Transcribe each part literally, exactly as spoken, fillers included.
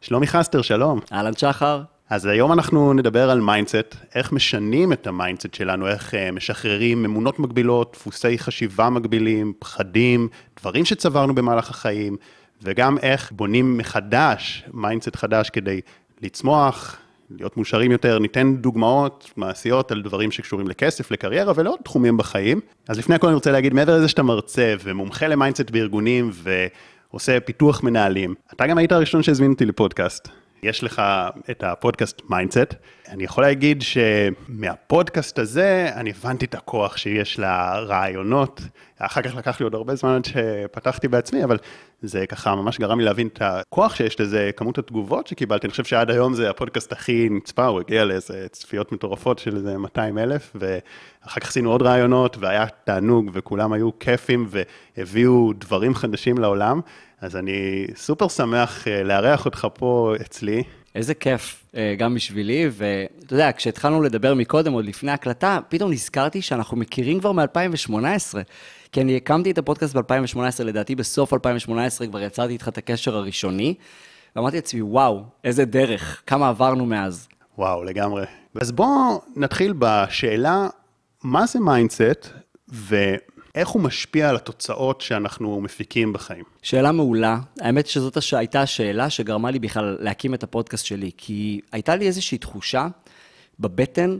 שלומי חסטר, שלום. אהלן שחר. אז היום אנחנו נדבר על מיינדסט, איך משנים את המיינדסט שלנו, איך משחררים אמונות מגבילות, דפוסי חשיבה מגבילים, פחדים, דברים שצברנו במהלך החיים, וגם איך בונים מחדש, מיינדסט חדש כדי לצמוח, להיות מאושרים יותר. ניתן דוגמאות מעשיות על דברים שקשורים לכסף, לקריירה ולעוד תחומים בחיים. אז לפני הכל אני רוצה להגיד, מעבר לזה שאתה מרצה ומומחה למיינדסט בארגונים ועושה פיתוח מנהלים, אתה גם היית הראשון שהזמין אותי לפודקאסט. יש לך את הפודקאסט מיינדסט. אני יכול להגיד שמהפודקאסט הזה אני הבנתי את הכוח שיש לרעיונות. אחר כך לקח לי עוד הרבה זמן עד שפתחתי בעצמי, אבל זה ככה ממש גרם לי להבין את הכוח שיש לזה, כמות התגובות שקיבלתי. אני חושב שעד היום זה הפודקאסט הכי נצפה, הוא הגיע לאיזה צפיות מטורפות של איזה מאתיים אלף, ואחר כך עשינו עוד רעיונות, והיה תענוג, וכולם היו כיפים, והביאו דברים חדשים לעולם. אז אני סופר שמח לארח אותך פה אצלי. איזה כיף, גם בשבילי, ואתה יודע, כשהתחלנו לדבר מקודם, עוד לפני הקלטה, פתאום נזכרתי שאנחנו מכירים כבר מ-אלפיים שמונה עשרה, כי אני הקמתי את הפודקאסט ב-אלפיים שמונה עשרה, לדעתי בסוף אלפיים שמונה עשרה כבר יצרתי איתך את הקשר הראשוני, ואמרתי לעצמי, וואו, איזה דרך, כמה עברנו מאז. וואו, לגמרי. אז בואו נתחיל בשאלה, מה זה מיינדסט, ו... איך הוא משפיע על התוצאות שאנחנו מפיקים בחיים? שאלה מעולה. האמת שזאת הייתה השאלה שגרמה לי בכלל להקים את הפודקאסט שלי, כי הייתה לי איזושהי תחושה בבטן,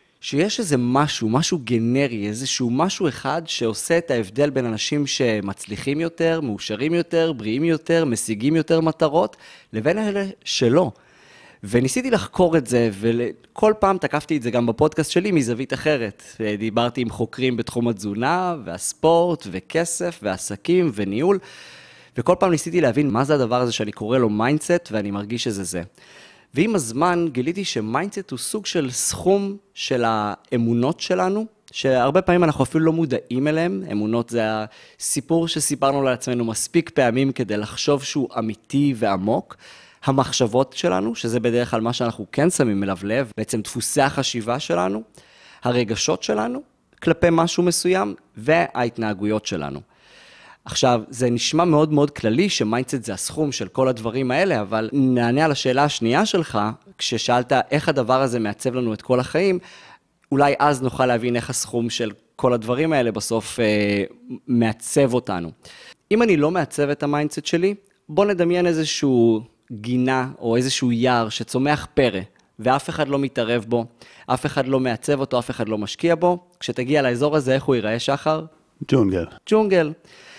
שיש איזה משהו, משהו גנרי, איזשהו משהו אחד שעושה את ההבדל בין אנשים שמצליחים יותר, מאושרים יותר, בריאים יותר, משיגים יותר מטרות, לבין אלה שלא. וניסיתי לחקור את זה, וכל פעם תקפתי את זה גם בפודקאסט שלי מזווית אחרת. דיברתי עם חוקרים בתחום התזונה, והספורט, וכסף, ועסקים, וניהול, וכל פעם ניסיתי להבין מה זה הדבר הזה שאני קורא לו מיינדסט, ואני מרגיש שזה זה. ועם הזמן גיליתי שמיינדסט הוא סוג של סכום של האמונות שלנו, שהרבה פעמים אנחנו אפילו לא מודעים אליהם. אמונות זה הסיפור שסיפרנו לעצמנו מספיק פעמים כדי לחשוב שהוא אמיתי ועמוק, המחשבות שלנו, שזה בדרך כלל מה שאנחנו כן שמים אליו לב, בעצם דפוסי החשיבה שלנו, הרגשות שלנו, כלפי משהו מסוים, וההתנהגויות שלנו. עכשיו, זה נשמע מאוד מאוד כללי, שמיינדסט זה הסכום של כל הדברים האלה, אבל נענה על השאלה השנייה שלך, כששאלת איך הדבר הזה מעצב לנו את כל החיים, אולי אז נוכל להבין איך הסכום של כל הדברים האלה בסוף אה, מעצב אותנו. אם אני לא מעצב את המיינדסט שלי, בוא נדמיין איזשהו גינה או איזשהו יער שצומח פרא, ואף אחד לא מתערב בו, אף אחד לא מעצב אותו, אף אחד לא משקיע בו. כשתגיע לאזור הזה, איך הוא ייראה, שחר? ג'ונגל. ג'ונגל.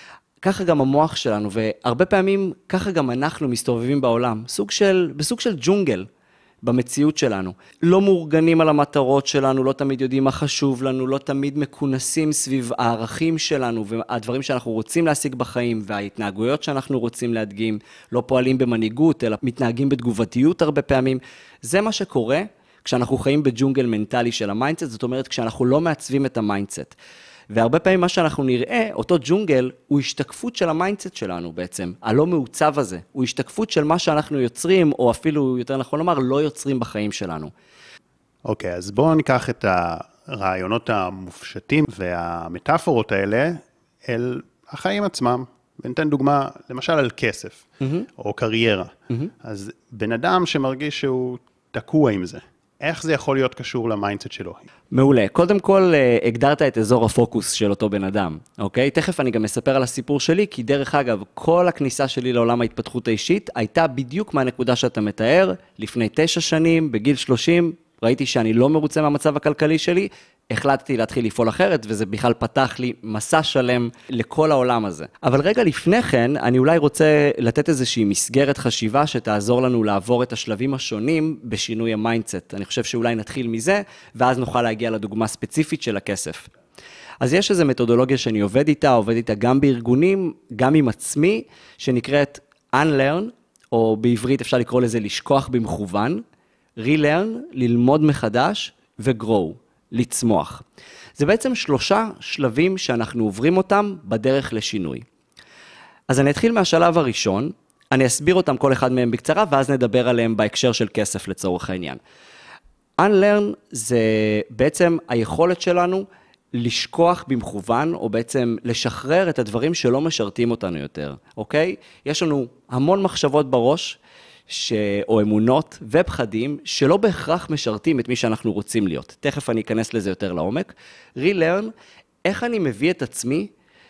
ככה גם המוח שלנו, והרבה פעמים ככה גם אנחנו מסתובבים בעולם, סוג של, בסוג של ג'ונגל במציאות שלנו. לא מאורגנים על המטרות שלנו, לא תמיד יודעים מה חשוב לנו, לא תמיד מכונסים סביב הערכים שלנו, והדברים שאנחנו רוצים להשיג בחיים, וההתנהגויות שאנחנו רוצים להדגים, לא פועלים במנהיגות, אלא מתנהגים בתגובתיות הרבה פעמים. זה מה שקורה כשאנחנו חיים בג'ונגל מנטלי של המיינדסט, זאת אומרת כשאנחנו לא מעצבים את המיינדסט. והרבה פעמים מה שאנחנו נראה, אותו ג'ונגל, הוא השתקפות של המיינדסט שלנו בעצם, הלא מעוצב הזה. הוא השתקפות של מה שאנחנו יוצרים, או אפילו, יותר נכון לומר, לא יוצרים בחיים שלנו. אוקיי, אז בואו ניקח את הרעיונות המופשטים והמטאפורות האלה אל החיים עצמם. וניתן דוגמה, למשל על כסף, mm-hmm. או קריירה. Mm-hmm. אז בן אדם שמרגיש שהוא תקוע עם זה, איך זה יכול להיות קשור למיינדסט שלו? מעולה. קודם כל, הגדרת את אזור הפוקוס של אותו בן אדם, אוקיי? תכף אני גם אספר על הסיפור שלי, כי דרך אגב, כל הכניסה שלי לעולם ההתפתחות האישית, הייתה בדיוק מהנקודה שאתה מתאר, לפני תשע שנים, בגיל שלושים, ראיתי שאני לא מרוצה מהמצב הכלכלי שלי, החלטתי להתחיל לפעול אחרת, וזה בכלל פתח לי מסע שלם לכל העולם הזה. אבל רגע לפני כן, אני אולי רוצה לתת איזושהי מסגרת חשיבה שתעזור לנו לעבור את השלבים השונים בשינוי המיינדסט. אני חושב שאולי נתחיל מזה, ואז נוכל להגיע לדוגמה ספציפית של הכסף. אז יש איזו מתודולוגיה שאני עובד איתה, עובד איתה גם בארגונים, גם עם עצמי, שנקראת Unlearn, או בעברית אפשר לקרוא לזה לשכוח במכוון, Relearn, ללמוד מחדש, ו-Grow. לצמוח. זה בעצם שלושה שלבים שאנחנו עוברים אותם בדרך לשינוי. אז אני אתחיל מהשלב הראשון, אני אסביר אותם כל אחד מהם בקצרה, ואז נדבר עליהם בהקשר של כסף לצורך העניין. Unlearn זה בעצם היכולת שלנו לשכוח במכוון, או בעצם לשחרר את הדברים שלא משרתים אותנו יותר, אוקיי? יש לנו המון מחשבות בראש, ש... או אמונות ופחדים שלא בהכרח משרתים את מי שאנחנו רוצים להיות. תכף אני אכנס לזה יותר לעומק. Relearn, איך אני מביא את עצמי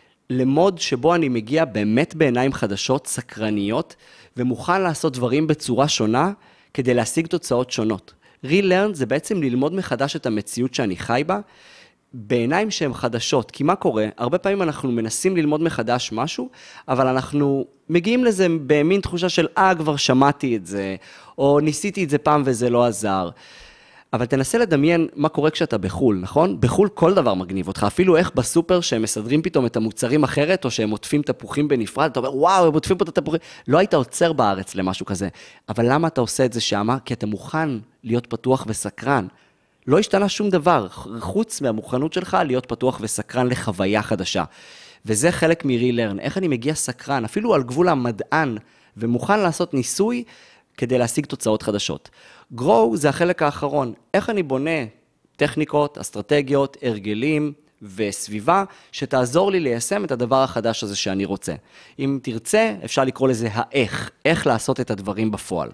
למוד שבו אני מגיע באמת בעיניים חדשות, סקרניות, ומוכן לעשות דברים בצורה שונה כדי להשיג תוצאות שונות. Relearn זה בעצם ללמוד מחדש את המציאות שאני חי בה, בעיניים שהן חדשות. כי מה קורה? הרבה פעמים אנחנו מנסים ללמוד מחדש משהו, אבל אנחנו מגיעים לזה במין תחושה של, אה, כבר שמעתי את זה, או ניסיתי את זה פעם וזה לא עזר. אבל תנסה לדמיין מה קורה כשאתה בחול, נכון? בחול כל דבר מגניב אותך, אפילו איך בסופר שהם מסדרים פתאום את המוצרים אחרת, או שהם עוטפים תפוחים בנפרד, אתה אומר, וואו, הם עוטפים פה את התפוחים. לא היית עוצר בארץ למשהו כזה. אבל למה אתה עושה את זה שמה? כי אתה מוכן להיות פתוח וסקרן. לא השתנה שום דבר, חוץ מהמוכנות שלך להיות פתוח וסקרן לחוויה חדשה. וזה חלק מ-Relearn. איך אני מגיע סקרן, אפילו על גבול המדען, ומוכן לעשות ניסוי כדי להשיג תוצאות חדשות. Grow זה החלק האחרון. איך אני בונה טכניקות, אסטרטגיות, הרגלים וסביבה, שתעזור לי ליישם את הדבר החדש הזה שאני רוצה. אם תרצה, אפשר לקרוא לזה האיך, איך לעשות את הדברים בפועל.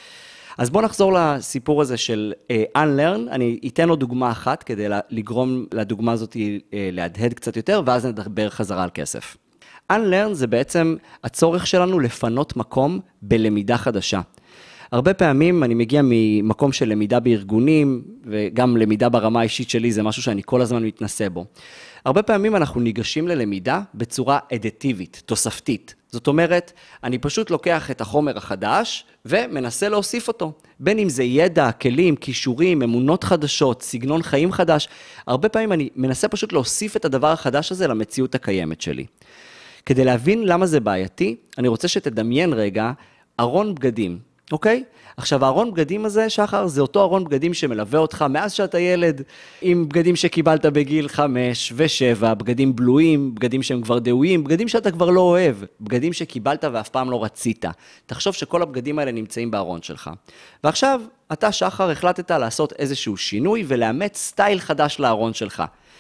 אז בואו נחזור לסיפור הזה של uh, Unlearn, אני אתן לו דוגמה אחת כדי לגרום לדוגמה הזאת uh, להדהד קצת יותר, ואז נדבר חזרה על כסף. Unlearn זה בעצם הצורך שלנו לפנות מקום בלמידה חדשה. הרבה פעמים אני מגיע ממקום של למידה בארגונים, וגם למידה ברמה האישית שלי זה משהו שאני כל הזמן מתנסה בו. הרבה פעמים אנחנו ניגשים ללמידה בצורה אדיטיבית, תוספתית. זאת אומרת, אני פשוט לוקח את החומר החדש ומנסה להוסיף אותו. בין אם זה ידע, כלים, כישורים, אמונות חדשות, סגנון חיים חדש. הרבה פעמים אני מנסה פשוט להוסיף את הדבר החדש הזה למציאות הקיימת שלי. כדי להבין למה זה בעייתי, אני רוצה שתדמיין רגע ארון בגדים. אוקיי? עכשיו, הארון בגדים הזה, שחר, זה אותו ארון בגדים שמלווה אותך מאז שאתה ילד, עם בגדים שקיבלת בגיל חמש ושבע, בגדים בלויים, בגדים שהם כבר דהויים, בגדים שאתה כבר לא אוהב, בגדים שקיבלת ואף פעם לא רצית. תחשוב שכל הבגדים האלה נמצאים בארון שלך. ועכשיו, אתה, שחר, החלטת לעשות איזשהו שינוי ולאמץ סטייל חדש לארון שלך.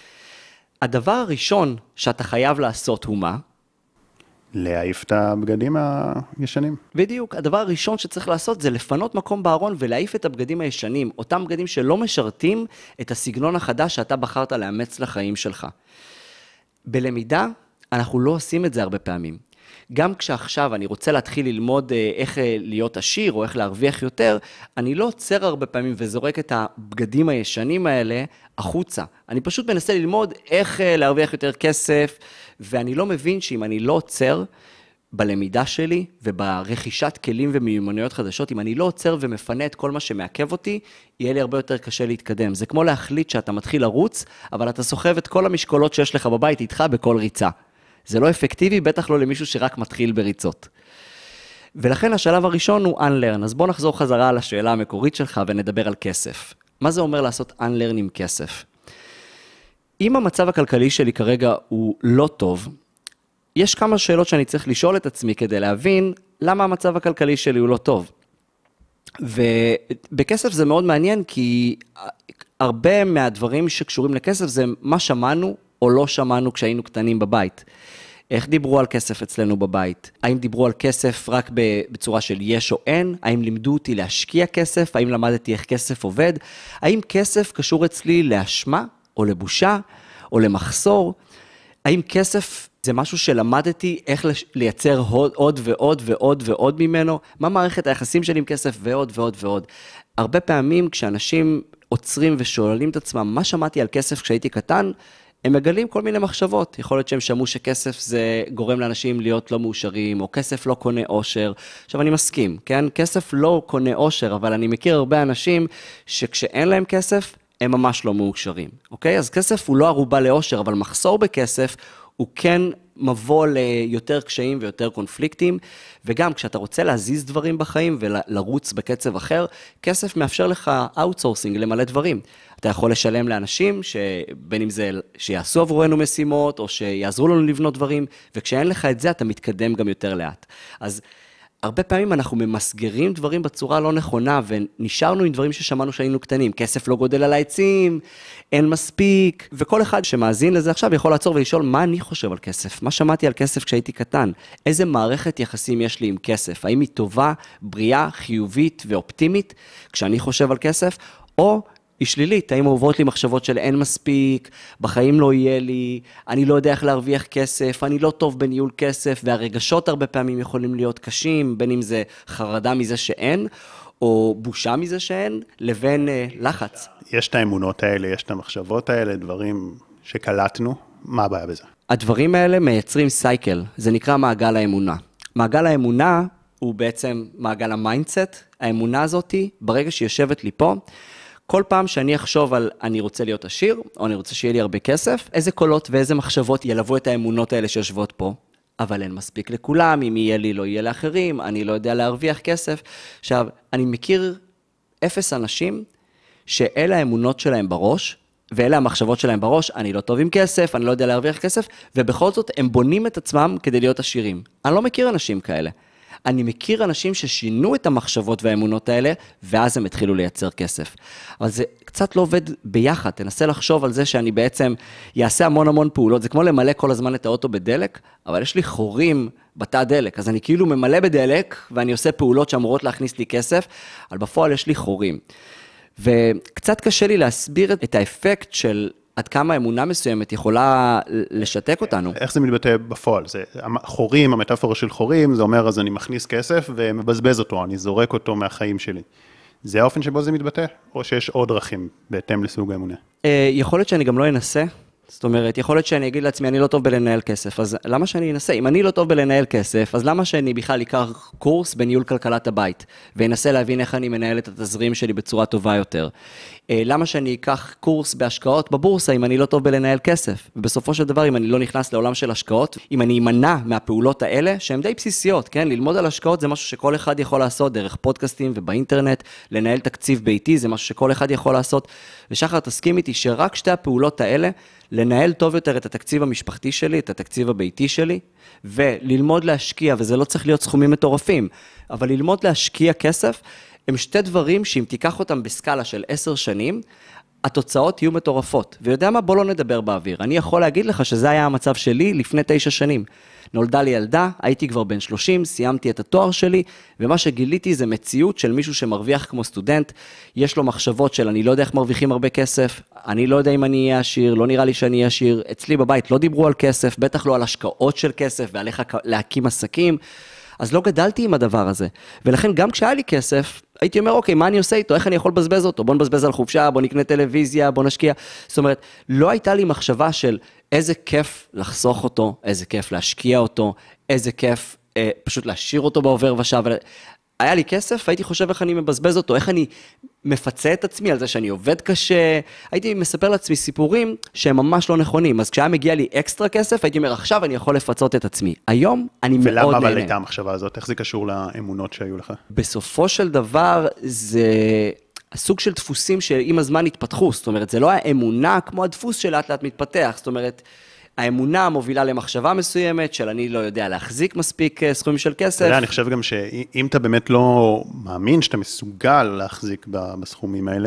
הדבר הראשון שאתה חייב לעשות הוא מה? להעיף את הבגדים הישנים. בדיוק, הדבר הראשון שצריך לעשות זה לפנות מקום בארון ולהעיף את הבגדים הישנים, אותם בגדים שלא משרתים את הסגנון החדש שאתה בחרת לאמץ לחיים שלך. בלמידה, אנחנו לא עושים את זה הרבה פעמים. גם כשעכשיו אני רוצה להתחיל ללמוד איך להיות עשיר או איך להרוויח יותר, אני לא עוצר הרבה פעמים וזורק את הבגדים הישנים האלה החוצה. אני פשוט מנסה ללמוד איך להרוויח יותר כסף, ואני לא מבין שאם אני לא עוצר בלמידה שלי וברכישת כלים ומיומנויות חדשות, אם אני לא עוצר ומפנה את כל מה שמעכב אותי, יהיה לי הרבה יותר קשה להתקדם. זה כמו להחליט שאתה מתחיל לרוץ, אבל אתה סוחב את כל המשקולות שיש לך בבית איתך בכל ריצה. זה לא אפקטיבי, בטח לא למישהו שרק מתחיל בריצות. ולכן השלב הראשון הוא Unlearn. אז בוא נחזור חזרה על השאלה המקורית שלך ונדבר על כסף. מה זה אומר לעשות Unlearn עם כסף? אם המצב הכלכלי שלי כרגע הוא לא טוב, יש כמה שאלות שאני צריך לשאול את עצמי כדי להבין למה המצב הכלכלי שלי הוא לא טוב. ובכסף זה מאוד מעניין, כי הרבה מהדברים שקשורים לכסף זה מה שמענו או לא שמענו כשהיינו קטנים בבית. איך דיברו על כסף אצלנו בבית? האם דיברו על כסף רק בצורה של יש או אין? האם לימדו אותי להשקיע כסף? האם למדתי איך כסף עובד? האם כסף קשור אצלי לאשמה או לבושה או למחסור? האם כסף זה משהו שלמדתי איך לייצר עוד ועוד ועוד ועוד ממנו? מה מערכת היחסים שלי עם כסף ועוד ועוד ועוד? הרבה פעמים כשאנשים עוצרים ושואלים את עצמם, מה שמעתי על כסף כשהייתי קטן? הם מגלים כל מיני מחשבות. יכול להיות שהם שמעו שכסף זה גורם לאנשים להיות לא מאושרים, או כסף לא קונה אושר. עכשיו אני מסכים, כן? כסף לא קונה אושר, אבל אני מכיר הרבה אנשים שכשאין להם כסף, הם ממש לא מאושרים. אוקיי? אז כסף הוא לא ערובה לאושר, אבל מחסור בכסף הוא כן מבוא ליותר קשיים ויותר קונפליקטים, וגם כשאתה רוצה להזיז דברים בחיים ולרוץ בקצב אחר, כסף מאפשר לך אאוטסורסינג למלא דברים. אתה יכול לשלם לאנשים, שבין אם זה שיעשו עבורנו משימות, או שיעזרו לנו לבנות דברים, וכשאין לך את זה, אתה מתקדם גם יותר לאט. אז הרבה פעמים אנחנו ממסגרים דברים בצורה לא נכונה, ונשארנו עם דברים ששמענו שהיינו קטנים. כסף לא גודל על העצים, אין מספיק, וכל אחד שמאזין לזה עכשיו יכול לעצור ולשאול מה אני חושב על כסף, מה שמעתי על כסף כשהייתי קטן, איזה מערכת יחסים יש לי עם כסף, האם היא טובה, בריאה, חיובית ואופטימית כשאני חושב על כסף, או היא שלילית, האם עוברות לי מחשבות של אין מספיק, בחיים לא יהיה לי, אני לא יודע איך להרוויח כסף, אני לא טוב בניהול כסף, והרגשות הרבה פעמים יכולים להיות קשים, בין אם זה חרדה מזה שאין, או בושה מזה שאין, לבין אה, לחץ. יש את האמונות האלה, יש את המחשבות האלה, דברים שקלטנו, מה הבעיה בזה? הדברים האלה מייצרים סייקל, זה נקרא מעגל האמונה. מעגל האמונה הוא בעצם מעגל המיינדסט, האמונה הזאת, ברגע שהיא יושבת לי פה, כל פעם שאני אחשוב על אני רוצה להיות עשיר, או אני רוצה שיהיה לי הרבה כסף, איזה קולות ואיזה מחשבות ילוו את האמונות האלה שיושבות פה. אבל אין מספיק לכולם, אם יהיה לי לא יהיה לאחרים, אני לא יודע להרוויח כסף. עכשיו, אני מכיר אפס אנשים שאלה האמונות שלהם בראש, ואלה המחשבות שלהם בראש, אני לא טוב עם כסף, אני לא יודע להרוויח כסף, ובכל זאת הם בונים את עצמם כדי להיות עשירים. אני לא מכיר אנשים כאלה. אני מכיר אנשים ששינו את המחשבות והאמונות האלה, ואז הם התחילו לייצר כסף. אבל זה קצת לא עובד ביחד, תנסה לחשוב על זה שאני בעצם יעשה המון המון פעולות, זה כמו למלא כל הזמן את האוטו בדלק, אבל יש לי חורים בתא דלק, אז אני כאילו ממלא בדלק, ואני עושה פעולות שאמורות להכניס לי כסף, אבל בפועל יש לי חורים. וקצת קשה לי להסביר את האפקט של עד כמה אמונה מסוימת יכולה לשתק אותנו. איך זה מתבטא בפועל? זה חורים, המטאפורה של חורים, זה אומר, אז אני מכניס כסף ומבזבז אותו, אני זורק אותו מהחיים שלי. זה האופן שבו זה מתבטא? או שיש עוד דרכים בהתאם לסוג האמונה? יכול להיות שאני גם לא אנסה. זאת אומרת, יכול להיות שאני אגיד לעצמי, אני לא טוב בלנהל כסף, אז למה שאני אנסה? אם אני לא טוב בלנהל כסף, אז למה שאני בכלל אקח קורס בניהול כלכלת הבית, ואנסה להבין איך אני מנהל את התזרים שלי בצורה טובה יותר? למה שאני אקח קורס בהשקעות בבורסה, אם אני לא טוב בלנהל כסף? ובסופו של דבר, אם אני לא נכנס לעולם של השקעות, אם אני אמנע מהפעולות האלה, שהן די בסיסיות, כן? ללמוד על השקעות זה משהו שכל אחד יכול לעשות דרך פודקאסטים ובאינטרנט, לנהל תקציב ביתי זה משהו שכל אחד יכול לעשות. ושחר, תסכים איתי שרק שתי הפעולות האלה, לנהל טוב יותר את התקציב המשפחתי שלי, את התקציב הביתי שלי, וללמוד להשקיע, וזה לא צריך להיות סכומים מטורפים, אבל ללמוד להשקיע כסף, הם שתי דברים שאם תיקח אותם בסקאלה של עשר שנים, התוצאות יהיו מטורפות. ויודע מה? בוא לא נדבר באוויר. אני יכול להגיד לך שזה היה המצב שלי לפני תשע שנים. נולדה לי ילדה, הייתי כבר בן שלושים, סיימתי את התואר שלי, ומה שגיליתי זה מציאות של מישהו שמרוויח כמו סטודנט, יש לו מחשבות של אני לא יודע איך מרוויחים הרבה כסף, אני לא יודע אם אני אהיה עשיר, לא נראה לי שאני אהיה עשיר, אצלי בבית לא דיברו על כסף, בטח לא על השקעות של כסף, ועל איך להקים עסקים, אז לא גדלתי עם הדבר הזה, ולכן גם כשהיה לי כסף, הייתי אומר, אוקיי, מה אני עושה איתו? איך אני יכול לבזבז אותו? בוא נבזבז על חופשה, בוא נקנה טלוויזיה, בוא נשקיע. זאת אומרת, לא הייתה לי מחשבה של איזה כיף לחסוך אותו, איזה כיף להשקיע אותו, איזה כיף אה, פשוט להשאיר אותו בעובר ושב. היה לי כסף, הייתי חושב איך אני מבזבז אותו, איך אני מפצה את עצמי על זה שאני עובד קשה. הייתי מספר לעצמי סיפורים שהם ממש לא נכונים. אז כשהיה מגיע לי אקסטרה כסף, הייתי אומר, עכשיו אני יכול לפצות את עצמי. היום אני מאוד נהנה. ולמה אבל הייתה המחשבה הזאת? איך זה קשור לאמונות שהיו לך? בסופו של דבר, זה הסוג של דפוסים שעם הזמן התפתחו. זאת אומרת, זה לא האמונה כמו הדפוס שלאט לאט מתפתח. זאת אומרת, האמונה מובילה למחשבה מסוימת, של אני לא יודע להחזיק מספיק סכומים של כסף. אני חושב גם שאם אתה באמת לא מאמין שאתה מסוגל להחזיק בסכומים האלה,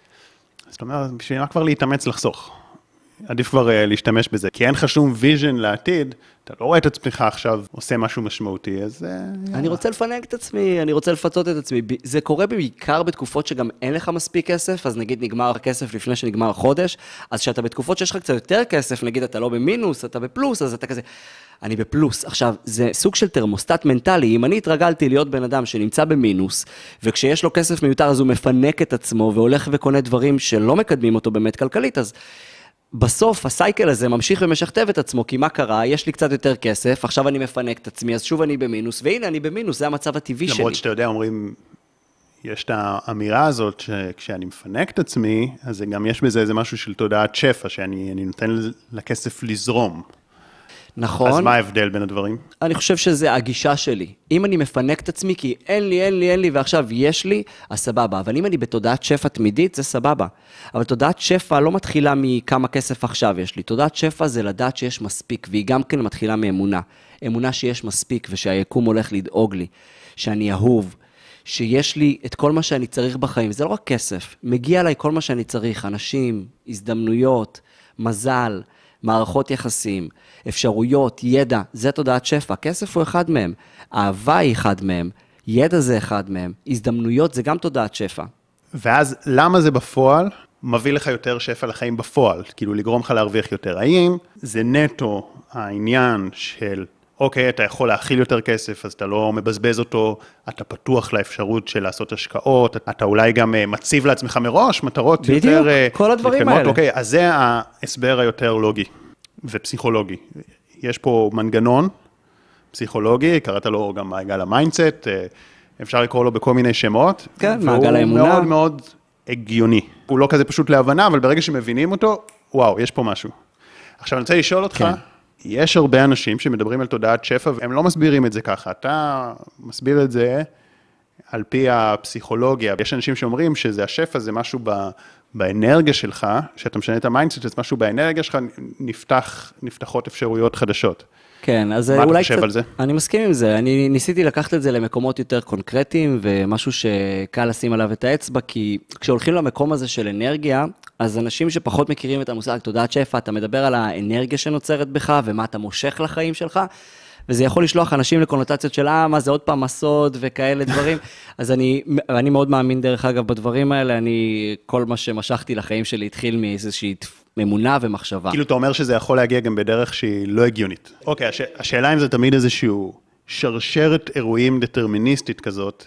אז אתה אומר, בשביל מה כבר להתאמץ לחסוך? עדיף כבר להשתמש בזה, כי אין לך שום ויז'ן לעתיד, אתה לא רואה את עצמך עכשיו עושה משהו משמעותי, אז... אני רוצה לפנק את עצמי, אני רוצה לפצות את עצמי. זה קורה בעיקר בתקופות שגם אין לך מספיק כסף, אז נגיד נגמר הכסף לפני שנגמר החודש, אז שאתה בתקופות שיש לך קצת יותר כסף, נגיד אתה לא במינוס, אתה בפלוס, אז אתה כזה... אני בפלוס. עכשיו, זה סוג של תרמוסטט מנטלי. אם אני התרגלתי להיות בן אדם שנמצא במינוס, וכשיש לו כסף מיותר, אז הוא מפנק את עצמו, והולך וקונה דברים שלא מקדמים אותו באמת כלכלית, אז בסוף הסייקל הזה ממשיך ומשכתב את עצמו, כי מה קרה? יש לי קצת יותר כסף, עכשיו אני מפנק את עצמי, אז שוב אני במינוס, והנה אני במינוס, זה המצב הטבעי שלי. למרות שאתה יודע, אומרים, יש את האמירה הזאת, שכשאני מפנק את עצמי, אז גם יש בזה איזה משהו של תודעת שפע, שאני נותן לכסף לזרום. נכון. אז מה ההבדל בין הדברים? אני חושב שזה הגישה שלי. אם אני מפנק את עצמי, כי אין לי, אין לי, אין לי, ועכשיו יש לי, אז סבבה. אבל אם אני בתודעת שפע תמידית, זה סבבה. אבל תודעת שפע לא מתחילה מכמה כסף עכשיו יש לי. תודעת שפע זה לדעת שיש מספיק, והיא גם כן מתחילה מאמונה. אמונה שיש מספיק ושהיקום הולך לדאוג לי. שאני אהוב, שיש לי את כל מה שאני צריך בחיים, זה לא רק כסף, מגיע אליי כל מה שאני צריך, אנשים, הזדמנויות, מזל, מערכות יחסים, אפשרויות, ידע, זה תודעת שפע, כסף הוא אחד מהם, אהבה היא אחד מהם, ידע זה אחד מהם, הזדמנויות זה גם תודעת שפע. ואז למה זה בפועל מביא לך יותר שפע לחיים בפועל, כאילו לגרום לך להרוויח יותר? האם זה נטו העניין של, אוקיי, אתה יכול להכיל יותר כסף, אז אתה לא מבזבז אותו, אתה פתוח לאפשרות של לעשות השקעות, אתה אולי גם מציב לעצמך מראש מטרות בדיוק, יותר... בדיוק, כל הדברים מתקדמות. האלה. אוקיי, אז זה ההסבר היותר לוגי ופסיכולוגי. יש פה מנגנון פסיכולוגי, קראת לו גם מעגל המיינדסט, אפשר לקרוא לו בכל מיני שמות. כן, מעגל האמונה. והוא מאוד מאוד הגיוני. הוא לא כזה פשוט להבנה, אבל ברגע שמבינים אותו, וואו, יש פה משהו. עכשיו אני רוצה לשאול אותך, כן. יש הרבה אנשים שמדברים על תודעת שפע, והם לא מסבירים את זה ככה. אתה מסביר את זה על פי הפסיכולוגיה. יש אנשים שאומרים שזה השפע, זה משהו ב, באנרגיה שלך, שאתה משנה את המיינדסט, זה משהו באנרגיה שלך, נפתח, נפתחות אפשרויות חדשות. כן, אז מה אולי אתה חושב קצת, על זה? אני מסכים עם זה, אני ניסיתי לקחת את זה למקומות יותר קונקרטיים, ומשהו שקל לשים עליו את האצבע, כי כשהולכים למקום הזה של אנרגיה, אז אנשים שפחות מכירים את המושג תודעת שפע, אתה מדבר על האנרגיה שנוצרת בך, ומה אתה מושך לחיים שלך, וזה יכול לשלוח אנשים לקונוטציות של, אה, מה זה עוד פעם מסוד וכאלה דברים, אז אני, אני מאוד מאמין דרך אגב בדברים האלה, אני, כל מה שמשכתי לחיים שלי התחיל מאיזושהי אמונה ומחשבה. כאילו אתה אומר שזה יכול להגיע גם בדרך שהיא לא הגיונית. אוקיי, הש... השאלה אם זה תמיד איזשהו שרשרת אירועים דטרמיניסטית כזאת,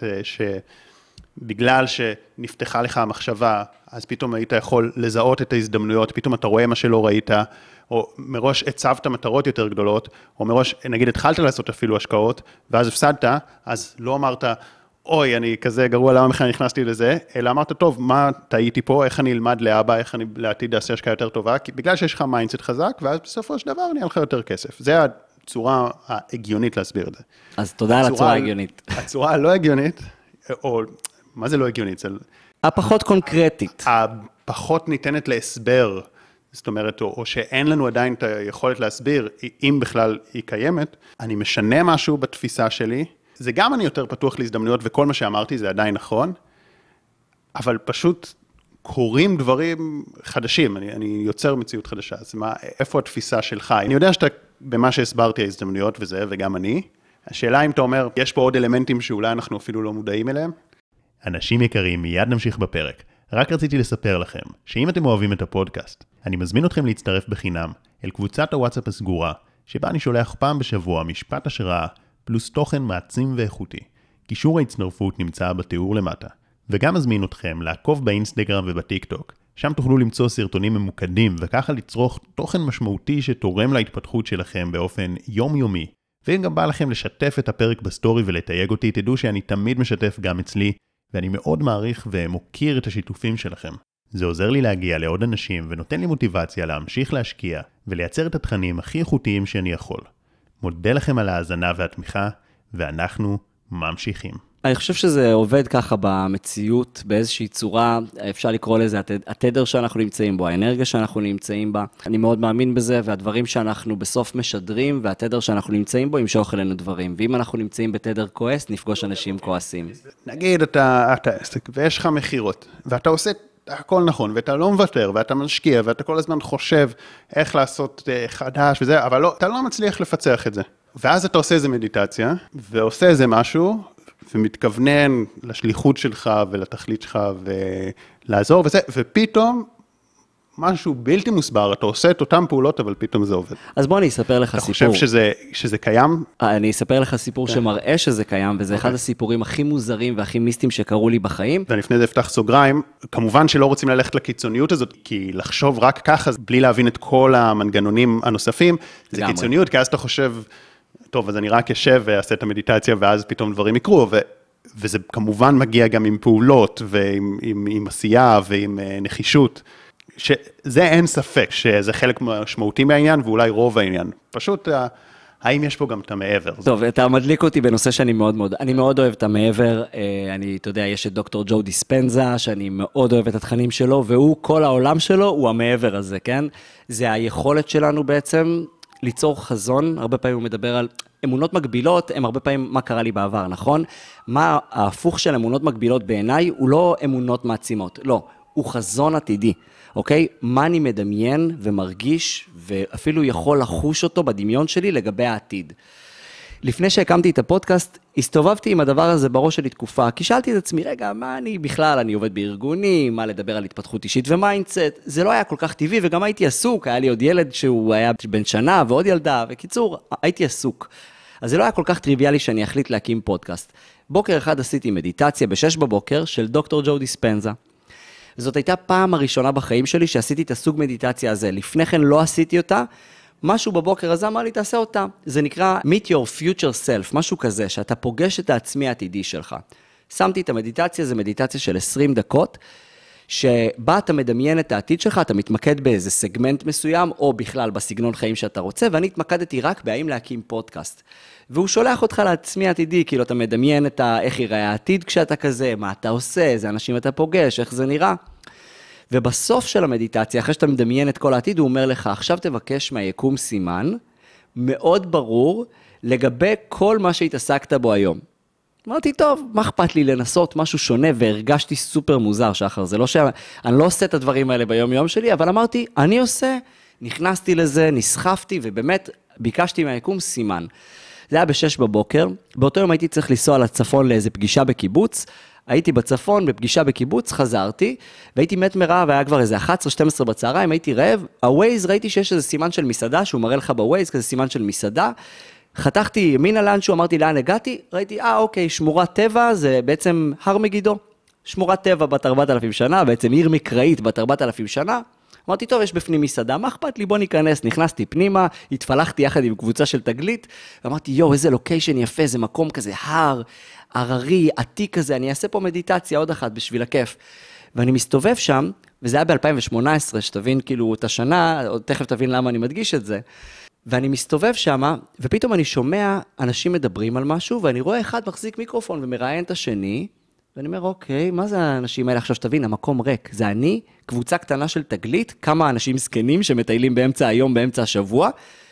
שבגלל שנפתחה לך המחשבה, אז פתאום היית יכול לזהות את ההזדמנויות, פתאום אתה רואה מה שלא ראית, או מראש הצבת מטרות יותר גדולות, או מראש, נגיד, התחלת לעשות אפילו השקעות, ואז הפסדת, אז לא אמרת, אוי, אני כזה גרוע, למה בכלל נכנסתי לזה, אלא אמרת, טוב, מה טעיתי פה, איך אני אלמד לאבא, איך אני לעתיד לעשה השקעה יותר טובה, כי בגלל שיש לך מיינדסט חזק, ואז בסופו של דבר נהיה לך יותר כסף. זה הצורה ההגיונית להסביר את זה. אז תודה על הצורה ההגיונית. הצורה הלא הגיונית, או, מה זה לא הגיונית? הפחות קונקרטית. הפחות ניתנת להסבר, זאת אומרת, או, או שאין לנו עדיין את היכולת להסביר, אם בכלל היא קיימת, אני משנה משהו בתפיסה שלי, זה גם אני יותר פתוח להזדמנויות, וכל מה שאמרתי זה עדיין נכון, אבל פשוט קורים דברים חדשים, אני, אני יוצר מציאות חדשה, אז מה, איפה התפיסה שלך? אני יודע שאתה, במה שהסברתי ההזדמנויות וזה, וגם אני, השאלה אם אתה אומר, יש פה עוד אלמנטים שאולי אנחנו אפילו לא מודעים אליהם? אנשים יקרים, מיד נמשיך בפרק. רק רציתי לספר לכם, שאם אתם אוהבים את הפודקאסט, אני מזמין אתכם להצטרף בחינם אל קבוצת הוואטסאפ הסגורה, שבה אני שולח פעם בשבוע משפט השראה, פלוס תוכן מעצים ואיכותי. קישור ההצטרפות נמצא בתיאור למטה. וגם מזמין אתכם לעקוב באינסטגרם ובטיק טוק. שם תוכלו למצוא סרטונים ממוקדים, וככה לצרוך תוכן משמעותי שתורם להתפתחות שלכם באופן יומיומי. ואם גם בא לכם לשתף את הפרק בסטורי ולתייג אותי, תדעו שאני תמיד משתף גם אצלי, ואני מאוד מעריך ומוקיר את השיתופים שלכם. זה עוזר לי להגיע לעוד אנשים ונותן לי מוטיבציה להמשיך להשקיע ולייצר את התכנים הכי איכותיים שאני יכול. מודה לכם על ההאזנה והתמיכה, ואנחנו ממשיכים. אני חושב שזה עובד ככה במציאות, באיזושהי צורה, אפשר לקרוא לזה התדר שאנחנו נמצאים בו, האנרגיה שאנחנו נמצאים בה. אני מאוד מאמין בזה, והדברים שאנחנו בסוף משדרים, והתדר שאנחנו נמצאים בו, ימשוך אלינו דברים. ואם אנחנו נמצאים בתדר כועס, נפגוש אנשים כועסים. נגיד, אתה, אתה, ויש לך מחירות, ואתה עושה הכל נכון, ואתה לא מוותר, ואתה משקיע, ואתה כל הזמן חושב איך לעשות חדש וזה, אבל לא, אתה לא מצליח לפצח את זה. ואז אתה עושה איזה מדיטציה, ועושה איזה משהו, ומתכוונן לשליחות שלך ולתכלית שלך, ולעזור וזה, ופתאום משהו בלתי מוסבר, אתה עושה את אותם פעולות, אבל פתאום זה עובד. אז בוא אני אספר לך אתה סיפור. אתה חושב שזה, שזה קיים? אני אספר לך סיפור שמראה שזה קיים, וזה אחד הסיפורים הכי מוזרים והכי מיסטיים שקרו לי בחיים. ולפני זה אפתח סוגריים, כמובן שלא רוצים ללכת לקיצוניות הזאת, כי לחשוב רק ככה, בלי להבין את כל המנגנונים הנוספים, זה קיצוניות, כי אז אתה חושב, טוב, אז אני רק אשב ואעשה את המדיטציה, ואז פתאום דברים יקרו, ו... וזה כמובן מגיע גם עם פעולות, ועם עם, עם עשייה, ועם נחישות. שזה אין ספק, שזה חלק משמעותי מהעניין, ואולי רוב העניין. פשוט, האם יש פה גם את המעבר? טוב, אתה מדליק אותי בנושא שאני מאוד מאוד, אני מאוד אוהב את המעבר, אני, אתה יודע, יש את דוקטור ג'ו דיספנזה, שאני מאוד אוהב את התכנים שלו, והוא, כל העולם שלו, הוא המעבר הזה, כן? זה היכולת שלנו בעצם ליצור חזון, הרבה פעמים הוא מדבר על אמונות מגבילות הם הרבה פעמים מה קרה לי בעבר, נכון? מה ההפוך של אמונות מגבילות בעיניי הוא לא אמונות מעצימות, לא, הוא חזון עתידי, אוקיי? מה אני מדמיין ומרגיש ואפילו יכול לחוש אותו בדמיון שלי לגבי העתיד. לפני שהקמתי את הפודקאסט, הסתובבתי עם הדבר הזה בראש שלי תקופה, כי שאלתי את עצמי, רגע, מה אני בכלל, אני עובד בארגונים, מה לדבר על התפתחות אישית ומיינדסט, זה לא היה כל כך טבעי, וגם הייתי עסוק, היה לי עוד ילד שהוא היה בן שנה ועוד ילדה, וקיצור, הייתי עסוק. אז זה לא היה כל כך טריוויאלי שאני אחליט להקים פודקאסט. בוקר אחד עשיתי מדיטציה בשש בבוקר של דוקטור ג'ו דיספנזה. זאת הייתה פעם הראשונה בחיים שלי שעשיתי את הסוג מדיטציה הזה. לפני כן לא עשיתי אותה, משהו בבוקר הזה אמר לי, תעשה אותה. זה נקרא Meet Your Future Self, משהו כזה, שאתה פוגש את העצמי העתידי שלך. שמתי את המדיטציה, זה מדיטציה של עשרים דקות, שבה אתה מדמיין את העתיד שלך, אתה מתמקד באיזה סגמנט מסוים, או בכלל בסגנון חיים שאתה רוצה, ואני התמקדתי רק בהאם להקים פודקאסט. והוא שולח אותך לעצמי העתידי, כאילו אתה מדמיין את ה... איך ייראה העתיד כשאתה כזה, מה אתה עושה, איזה אנשים אתה פוגש, איך זה נראה. ובסוף של המדיטציה, אחרי שאתה מדמיין את כל העתיד, הוא אומר לך, עכשיו תבקש מהיקום סימן, מאוד ברור, לגבי כל מה שהתעסקת בו היום. אמרתי, טוב, מה אכפת לי לנסות משהו שונה, והרגשתי סופר מוזר, שחר, זה לא שאני לא עושה את הדברים האלה ביום יום שלי, אבל אמרתי, אני עושה, נכנסתי לזה, נסחפתי, ובאמת ביקשתי מהיקום סימן. זה היה בשש בבוקר, באותו יום הייתי צריך לנסוע לצפון לאיזו פגישה בקיבוץ, הייתי בצפון, בפגישה בקיבוץ, חזרתי, והייתי מת מרעב, היה כבר איזה אחת עשרה שתים עשרה בצהריים, הייתי רעב, הווייז, ראיתי שיש איזה סימן של מסעדה, שהוא מראה לך בווייז, כזה סימן של מסעדה, חתכתי ימינה לאנשהו, אמרתי לאן הגעתי, ראיתי, אה אוקיי, שמורת טבע, זה בעצם הר מגידו, שמורת טבע בת ארבעת אלפים שנה, בעצם עיר מקראית בת ארבעת אלפים שנה, אמרתי, טוב, יש בפנים מסעדה, מה אכפת לי, בוא ניכנס, נכנסתי פנימה, התפלחתי יחד עם קבוצה של תגלית, ואמרתי, יו, איזה לוקיישן יפה, זה מקום כזה, הר, הררי, עתיק כזה, אני אעשה פה מדיטציה עוד אחת בשביל הכיף. ואני מסתובב שם, וזה היה ב-אלפיים שמונה עשרה, שתבין כאילו את השנה, עוד תכף תבין למה אני מדגיש את זה, ואני מסתובב שם, ופתאום אני שומע אנשים מדברים על משהו, ואני רואה אחד מחזיק מיקרופון ומראיין את השני, ואני אומר, אוקיי, מה זה האנשים האלה? עכשיו שתבין, המקום ריק. זה אני, קבוצה קטנה של תגלית, כמה אנשים זקנים שמטיילים באמצע היום, באמצע השבוע,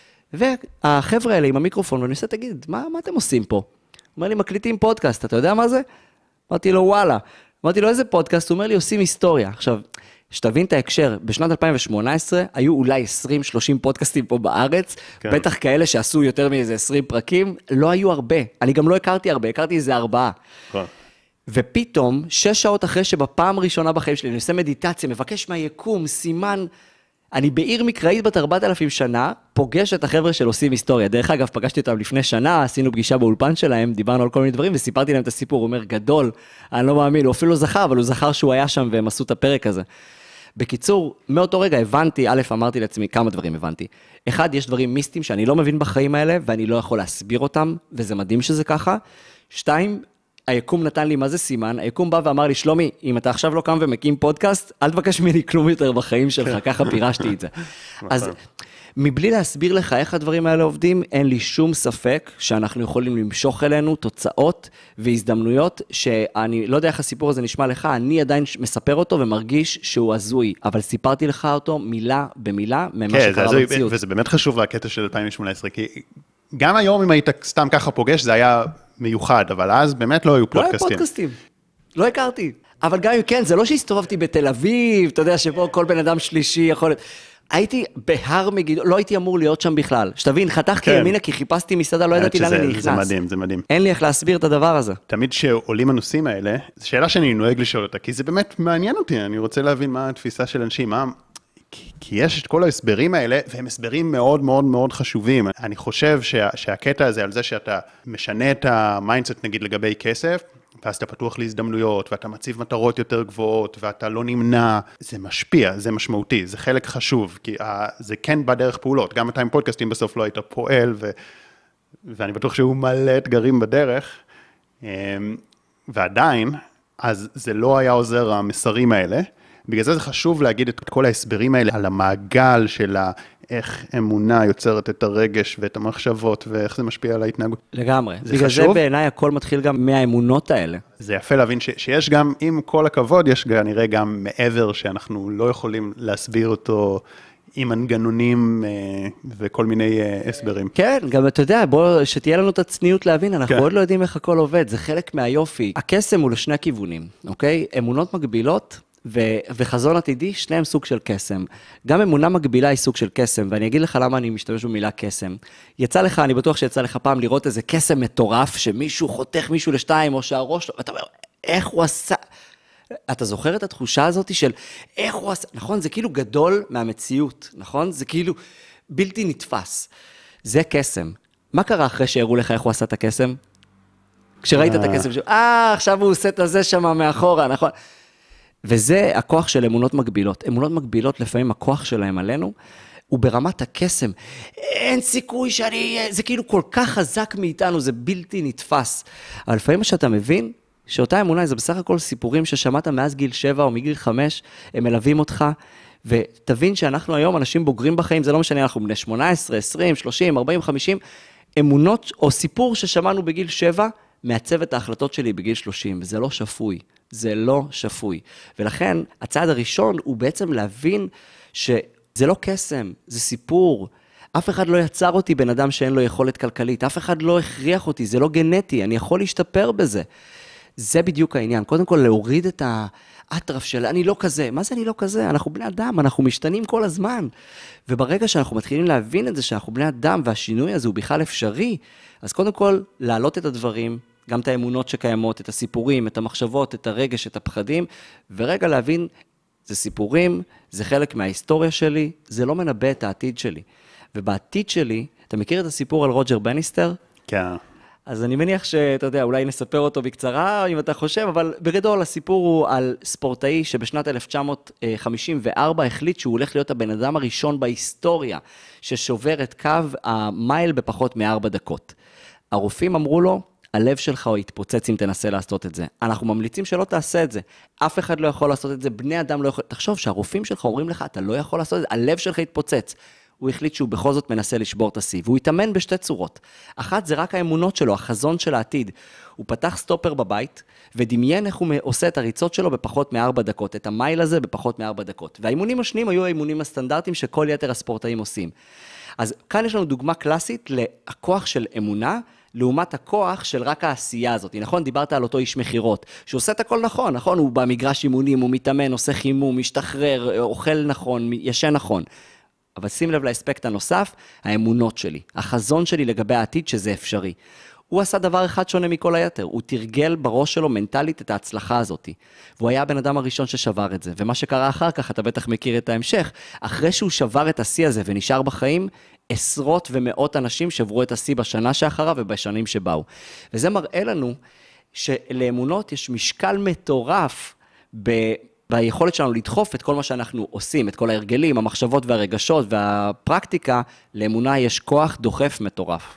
והחבר'ה האלה עם המיקרופון, ואני עושה, תגיד, מה, מה אתם עושים פה? הוא אומר לי, מקליטים פודקאסט, אתה יודע מה זה? אמרתי לו, וואלה. אמרתי לו, איזה פודקאסט? הוא אומר לי, עושים היסטוריה. עכשיו, שתבין את ההקשר, בשנת אלפיים שמונה עשרה, היו אולי עשרים שלושים פודקאסטים פה בארץ, כן. בטח כאלה שעשו יותר מאיזה עשרים פרקים, לא היו הרבה. אני גם לא הכרתי הרבה, הכרתי איזה ארבעה. כן. ופתאום, שש שעות אחרי שבפעם ראשונה בחיים שלי, אני עושה מדיטציה, מבקש מהיקום, סימן, אני בעיר מקראית בת ארבעת אלפים שנה, פוגש את החבר'ה של עושים היסטוריה. דרך אגב, פגשתי אותם לפני שנה, עשינו פגישה באולפן שלהם, דיברנו על כל מיני דברים, וסיפרתי להם את הסיפור, הוא אומר, גדול, אני לא מאמין, הוא אפילו לא זכר, אבל הוא זכר שהוא היה שם, והם עשו את הפרק הזה. בקיצור, מאותו רגע הבנתי, א', אמרתי לעצמי, כמה דברים הבנתי. אחד, יש דברים מיסטיים שאני לא מבין בחיים האלה, ואני לא יכול להסביר אותם, וזה מדהים שזה ככה. שתיים, היקום נתן לי מה זה סימן, היקום בא ואמר לי, שלומי, אם אתה עכשיו לא קם ומקים פודקאסט, אל תבקש ממני כלום יותר בחיים שלך, ככה פירשתי את זה. אז מבלי להסביר לך איך הדברים האלה עובדים, אין לי שום ספק שאנחנו יכולים למשוך אלינו תוצאות והזדמנויות, שאני לא יודע איך הסיפור הזה נשמע לך, אני עדיין מספר אותו ומרגיש שהוא הזוי, אבל סיפרתי לך אותו מילה במילה, ממה שקרה במציאות. וזה באמת חשוב לקטע של אלפיים שמונה עשרה, כי גם היום אם היית סתם ככה פוגש, זה היה מיוחד, אבל אז באמת לא היו פודקאסטים. לא היו פודקאסטים, לא הכרתי. אבל גם אם כן, זה לא שהסתובבתי בתל אביב, אתה יודע, שבו כל בן אדם שלישי יכול להיות. הייתי בהר מגידו, לא הייתי אמור להיות שם בכלל. שתבין, חתכתי ימינה כי חיפשתי מסעדה, לא ידעתי לאן אני נכנס. זה מדהים, זה מדהים. אין לי איך להסביר את הדבר הזה. תמיד שעולים הנושאים האלה, זו שאלה שאני נוהג לשאול אותה, כי זה באמת מעניין אותי, אני רוצה להבין מה התפיסה של אנשים, מה... כי יש את כל ההסברים האלה, והם הסברים מאוד מאוד מאוד חשובים. אני חושב שה, שהקטע הזה על זה שאתה משנה את המיינדסט, נגיד לגבי כסף, ואז אתה פתוח להזדמנויות, ואתה מציב מטרות יותר גבוהות, ואתה לא נמנע, זה משפיע, זה משמעותי, זה חלק חשוב, כי זה כן בדרך פעולות. גם אתה עם פודקאסטים בסוף לא היית פועל, ו, ואני בטוח שהוא מלא אתגרים בדרך, ועדיין, אז זה לא היה עוזר המסרים האלה, בגלל זה זה חשוב להגיד את כל ההסברים האלה על המעגל של איך אמונה יוצרת את הרגש ואת המחשבות ואיך זה משפיע על ההתנהגות. לגמרי. זה בגלל חשוב. זה בעיניי הכל מתחיל גם מהאמונות האלה. זה יפה להבין ש- שיש גם, עם כל הכבוד, יש נראה גם מעבר שאנחנו לא יכולים להסביר אותו עם מנגנונים וכל מיני הסברים. כן, גם אתה יודע, בוא, שתהיה לנו את הצניעות להבין, אנחנו כן. עוד לא יודעים איך הכל עובד, זה חלק מהיופי. הקסם הוא לשני כיוונים, אוקיי? אמונות מגבילות ו- וחזון עתידי, שניהם סוג של קסם. גם אמונה מגבילה היא סוג של קסם, ואני אגיד לך למה אני משתמש במילה קסם. יצא לך, אני בטוח שיצא לך פעם לראות איזה קסם מטורף, שמישהו חותך מישהו לשתיים, או שהראש, ואתה אומר, איך הוא עשה... אתה זוכר את התחושה הזאת של איך הוא עשה, נכון? זה כאילו גדול מהמציאות, נכון? זה כאילו בלתי נתפס. זה קסם. מה קרה אחרי שהראו לך איך הוא עשה את הקסם? כשראית את הקסם, אה, עכשיו הוא עושה את הזה שם מאחורה, נכון? וזה הכוח של אמונות מגבילות. אמונות מגבילות, לפעמים הכוח שלהם עלינו, הוא ברמת הקסם. אין סיכוי שאני, זה כאילו כל כך חזק מאיתנו, זה בלתי נתפס. אבל לפעמים שאתה מבין, שאותה אמונה, זה בסך הכל סיפורים ששמעת מאז גיל שבע או מגיל חמש, הם מלווים אותך, ותבין שאנחנו היום אנשים בוגרים בחיים, זה לא משנה, אנחנו בני שמונה עשרה, עשרים, שלושים, ארבעים, חמישים, אמונות או סיפור ששמענו בגיל שבע, מעצב את ההחלטות שלי בגיל שלושים, וזה לא שפוי, זה לא שפוי. ולכן, הצעד הראשון הוא בעצם להבין שזה לא קסם, זה סיפור, אף אחד לא יצר אותי בן אדם שאין לו יכולת כלכלית, אף אחד לא הכריח אותי, זה לא גנטי, אני יכול להשתפר בזה. זה בדיוק העניין. קודם כל, להוריד את האטרף של אני לא כזה. מה זה אני לא כזה? אנחנו בני אדם, אנחנו משתנים כל הזמן. וברגע שאנחנו מתחילים להבין את זה, שאנחנו בני אדם, והשינוי הזה הוא בכלל אפשרי, אז קודם כל, להעלות את הדברים, גם את האמונות שקיימות, את הסיפורים, את המחשבות, את הרגש, את הפחדים, ורגע להבין, זה סיפורים, זה חלק מההיסטוריה שלי, זה לא מנבא את העתיד שלי. ובעתיד שלי, אתה מכיר את הסיפור על רוג'ר בניסטר? כן. אז אני מניח שאתה יודע, אולי נספר אותו בקצרה, אם אתה חושב, אבל בגדול הסיפור הוא על ספורטאי שבשנת אלף תשע מאות חמישים וארבע החליט שהוא הולך להיות הבן אדם הראשון בהיסטוריה ששובר את קו המייל בפחות מארבע דקות. הרופאים אמרו לו, הלב שלך הוא יתפוצץ אם תנסה לעשות את זה. אנחנו ממליצים שלא תעשה את זה. אף אחד לא יכול לעשות את זה, בני אדם לא יכול... תחשוב שהרופאים שלך אומרים לך, אתה לא יכול לעשות את זה, הלב שלך יתפוצץ. הוא החליט שהוא בכל זאת מנסה לשבור את השיא, והוא התאמן בשתי צורות. אחת זה רק האמונות שלו, החזון של העתיד. הוא פתח סטופר בבית, ודמיין איך הוא עושה את הריצות שלו בפחות מארבע דקות, את המייל הזה בפחות מארבע דקות. והאימונים השניים היו האימונים הסטנדרטיים שכל יתר הספורטאים עושים. אז כאן יש לנו דוגמה קלאסית לכוח של אמונה, לעומת הכוח של רק העשייה הזאת. נכון, דיברת על אותו איש מחירות, שהוא עושה את הכל נכון, נכון? הוא במגרש אימונים, הוא מתאמן, עושה חימום, משתחרר, אוכל נכון, ישן נכון. אבל שים לב לאספקט הנוסף, האמונות שלי, החזון שלי לגבי העתיד שזה אפשרי. הוא עשה דבר אחד שונה מכל היתר, הוא תרגל בראש שלו מנטלית את ההצלחה הזאת. והוא היה הבן אדם הראשון ששבר את זה. ומה שקרה אחר כך, אתה בטח מכיר את ההמשך, אחרי שהוא שבר את השיא הזה ונשאר בחיים, עשרות ומאות אנשים שברו את השיא בשנה שאחריו ובשנים שבאו. וזה מראה לנו שלאמונות יש משקל מטורף ב... והיכולת שלנו לדחוף את כל מה שאנחנו עושים, את כל ההרגלים, המחשבות והרגשות והפרקטיקה, לאמונה יש כוח דוחף מטורף.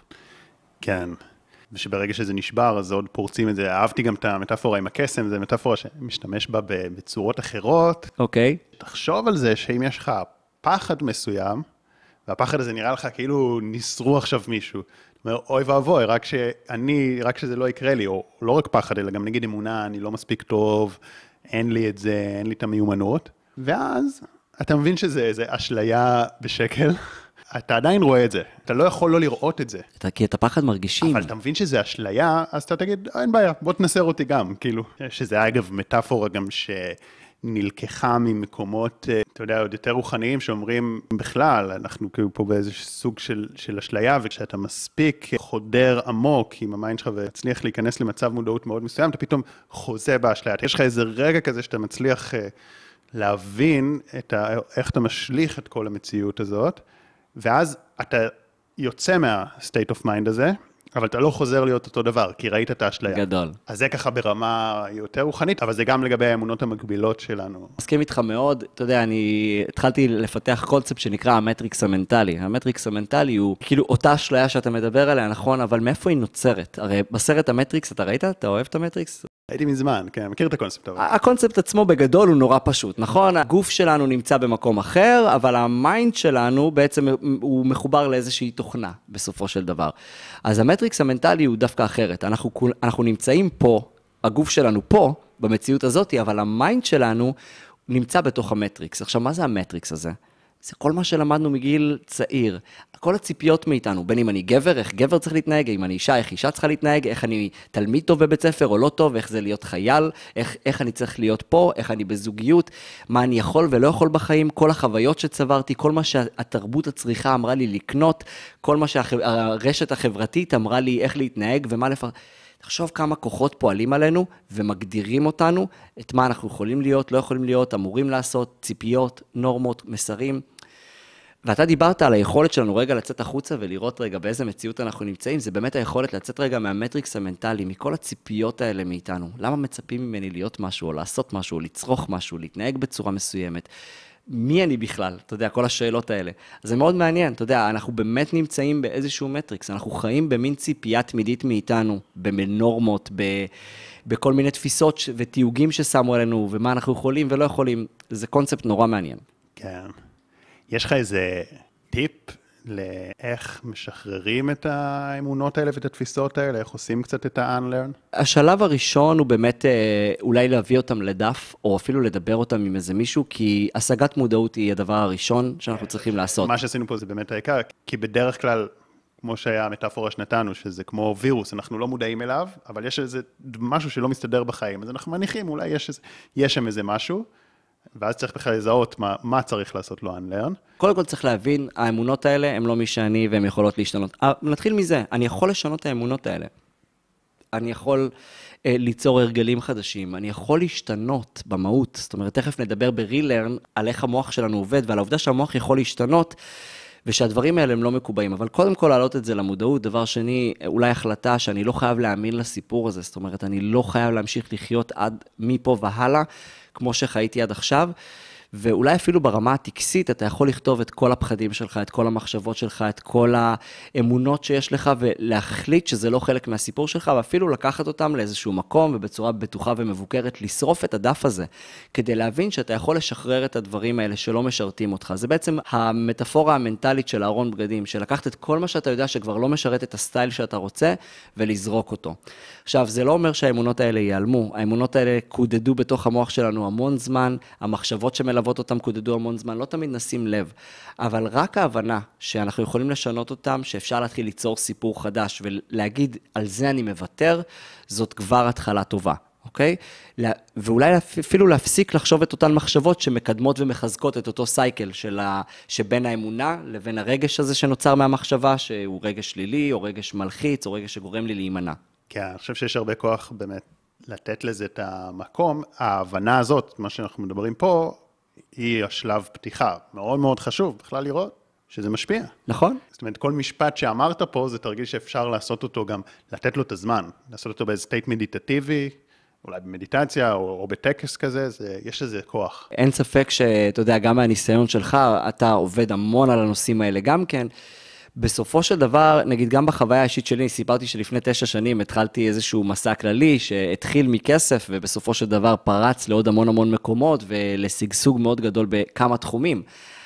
כן, ושברגע שזה נשבר, אז עוד פורצים את זה. אהבתי גם את המטאפורה עם הקסם, זו מטאפורה שמשתמש בה בצורות אחרות. אוקיי. תחשוב על זה שאם יש לך פחד מסוים, והפחד הזה נראה לך כאילו ניסרו עכשיו מישהו. זאת אומרת, אוי ואבוי, רק שאני, רק שזה לא יקרה לי, או לא רק פחד, אלא גם נגיד אמונה, אני לא מספיק טוב, אין לי את זה, אין לי את המיומנות, ואז אתה מבין שזה איזה אשליה בשקל, אתה עדיין רואה את זה, אתה לא יכול לא לראות את זה. אתה, כי את הפחד מרגישים. אבל אתה מבין שזה אשליה, אז אתה תגיד, אין בעיה, בוא תנסר אותי גם, כאילו. שזה אגב מטאפורה גם שנלקחה ממקומות, אתה יודע, עוד יותר רוחניים, שאומרים בכלל, אנחנו כאילו פה באיזה סוג של, של אשליה, וכשאתה מספיק חודר עמוק עם המיינד שלך והצליח להיכנס למצב מודעות מאוד מסוים, אתה פתאום חוזה באשליה. יש לך איזה רגע כזה שאתה מצליח להבין את ה, איך אתה משליך את כל המציאות הזאת, ואז אתה יוצא מה-state of mind הזה, אבל אתה לא חוזר להיות אותו דבר, כי ראית את האשליה. גדול. אז זה ככה ברמה יותר רוחנית, אבל זה גם לגבי האמונות המקבילות שלנו. מסכים איתך מאוד, אתה יודע, אני התחלתי לפתח קונספט שנקרא המטריקס המנטלי. המטריקס המנטלי הוא כאילו אותה אשליה שאתה מדבר עליה, נכון, אבל מאיפה היא נוצרת? הרי בסרט המטריקס, אתה ראית? אתה אוהב את המטריקס? הייתי מזמן, כן, מכיר את הקונספט הזה. הקונספט עצמו בגדול הוא נורא פשוט, נכון? הגוף שלנו נמצא במקום אחר, אבל המיינד שלנו בעצם הוא מחובר לאיזושהי תוכנה, בסופו של דבר. אז המטריקס המנטלי הוא דווקא אחרת. אנחנו, אנחנו נמצאים פה, הגוף שלנו פה, במציאות הזאת, אבל המיינד שלנו נמצא בתוך המטריקס. עכשיו, מה זה המטריקס הזה? זה כל מה שלמדנו מגיל צעיר. כל הציפיות מאיתנו, בין אם אני גבר, איך גבר צריך להתנהג, אם אני אישה, איך אישה צריכה להתנהג, איך אני תלמיד טוב בבית ספר או לא טוב, איך זה להיות חייל, איך, איך אני צריך להיות פה, איך אני בזוגיות, מה אני יכול ולא יכול בחיים, כל החוויות שצברתי, כל מה שהתרבות הצריכה אמרה לי לקנות, כל מה שהרשת החברתית אמרה לי איך להתנהג ומה לפר... תחשוב כמה כוחות פועלים עלינו ומגדירים אותנו, את מה אנחנו יכולים להיות, לא יכולים להיות, אמורים לעשות, ציפיות, נורמות, מסרים. ואתה דיברת על היכולת שלנו רגע לצאת החוצה ולראות רגע באיזה מציאות אנחנו נמצאים, זה באמת היכולת לצאת רגע מהמטריקס המנטלי, מכל הציפיות האלה מאיתנו. למה מצפים ממני להיות משהו, או לעשות משהו, או לצרוך משהו, להתנהג בצורה מסוימת? מי אני בכלל? אתה יודע, כל השאלות האלה. אז זה מאוד מעניין, אתה יודע, אנחנו באמת נמצאים באיזשהו מטריקס, אנחנו חיים במין ציפייה תמידית מאיתנו, בנורמות, ב... בכל מיני תפיסות ותיוגים ששמו עלינו, ומה אנחנו יכולים ולא יכולים. זה קונספט נורא מעניין. כן. יש לך איזה טיפ לאיך משחררים את האמונות האלה ואת התפיסות האלה, איך עושים קצת את ה-unlearn? השלב הראשון הוא באמת אולי להביא אותם לדף, או אפילו לדבר אותם עם איזה מישהו, כי השגת מודעות היא הדבר הראשון שאנחנו צריכים לעשות. מה שעשינו פה זה באמת העיקר, כי בדרך כלל, כמו שהיה המטאפורה שנתנו, שזה כמו וירוס, אנחנו לא מודעים אליו, אבל יש איזה משהו שלא מסתדר בחיים, אז אנחנו מניחים, אולי יש, איזה, יש שם איזה משהו, ואז צריך בכלל לזהות מה, מה צריך לעשות לו unlearn. קודם כל צריך להבין, האמונות האלה הן לא מי שאני והן יכולות להשתנות. נתחיל מזה, אני יכול לשנות את האמונות האלה. אני יכול אה, ליצור הרגלים חדשים, אני יכול להשתנות במהות. זאת אומרת, תכף נדבר ב-relearn על איך המוח שלנו עובד, ועל העובדה שהמוח יכול להשתנות, ושהדברים האלה הם לא מקובעים. אבל קודם כל להעלות את זה למודעות. דבר שני, אולי החלטה שאני לא חייב להאמין לסיפור הזה. זאת אומרת, אני לא חייב להמשיך לחיות עד מפה והלאה, כמו שחייתי עד עכשיו, ואולי אפילו ברמה הטקסית, אתה יכול לכתוב את כל הפחדים שלך, את כל המחשבות שלך, את כל האמונות שיש לך, ולהחליט שזה לא חלק מהסיפור שלך, ואפילו לקחת אותם לאיזשהו מקום, ובצורה בטוחה ומבוקרת, לשרוף את הדף הזה, כדי להבין שאתה יכול לשחרר את הדברים האלה שלא משרתים אותך. זה בעצם המטאפורה המנטלית של ארון בגדים, שלקחת את כל מה שאתה יודע שכבר לא משרת את הסטייל שאתה רוצה, ולזרוק אותו. עכשיו, זה לא אומר שהאמונות האלה ייעלמו, האמונות האלה קודדו בתוך המוח שלנו המון זמן, המחשבות שמלוות אותם קודדו המון זמן, לא תמיד נשים לב, אבל רק ההבנה שאנחנו יכולים לשנות אותם, שאפשר להתחיל ליצור סיפור חדש, ולהגיד על זה אני מוותר, זאת כבר התחלה טובה, אוקיי? ואולי אפילו להפסיק לחשוב את אותן מחשבות שמקדמות ומחזקות את אותו סייקל של ה... שבין האמונה לבין הרגש הזה שנוצר מהמחשבה, שהוא רגש שלילי, או רגש מלחיץ, או רגש שגורם לי להימנע. כן, אני חושב שיש הרבה כוח באמת לתת לזה את המקום. ההבנה הזאת, מה שאנחנו מדברים פה, היא השלב פתיחה. מאוד מאוד חשוב בכלל לראות שזה משפיע. נכון. זאת אומרת, כל משפט שאמרת פה, זה תרגיל שאפשר לעשות אותו גם, לתת לו את הזמן, לעשות אותו באיזה סטייט מדיטטיבי, אולי במדיטציה או, או בטקס כזה, זה, יש לזה כוח. אין ספק שאתה יודע, גם מהניסיון שלך, אתה עובד המון על הנושאים האלה גם כן, בסופו של דבר, נגיד גם בחוויה האישית שלי, סיפרתי שלפני תשע שנים התחלתי איזשהו מסע כללי שהתחיל מכסף, ובסופו של דבר פרץ לעוד המון המון מקומות, ולסגסוג מאוד גדול בכמה תחומים.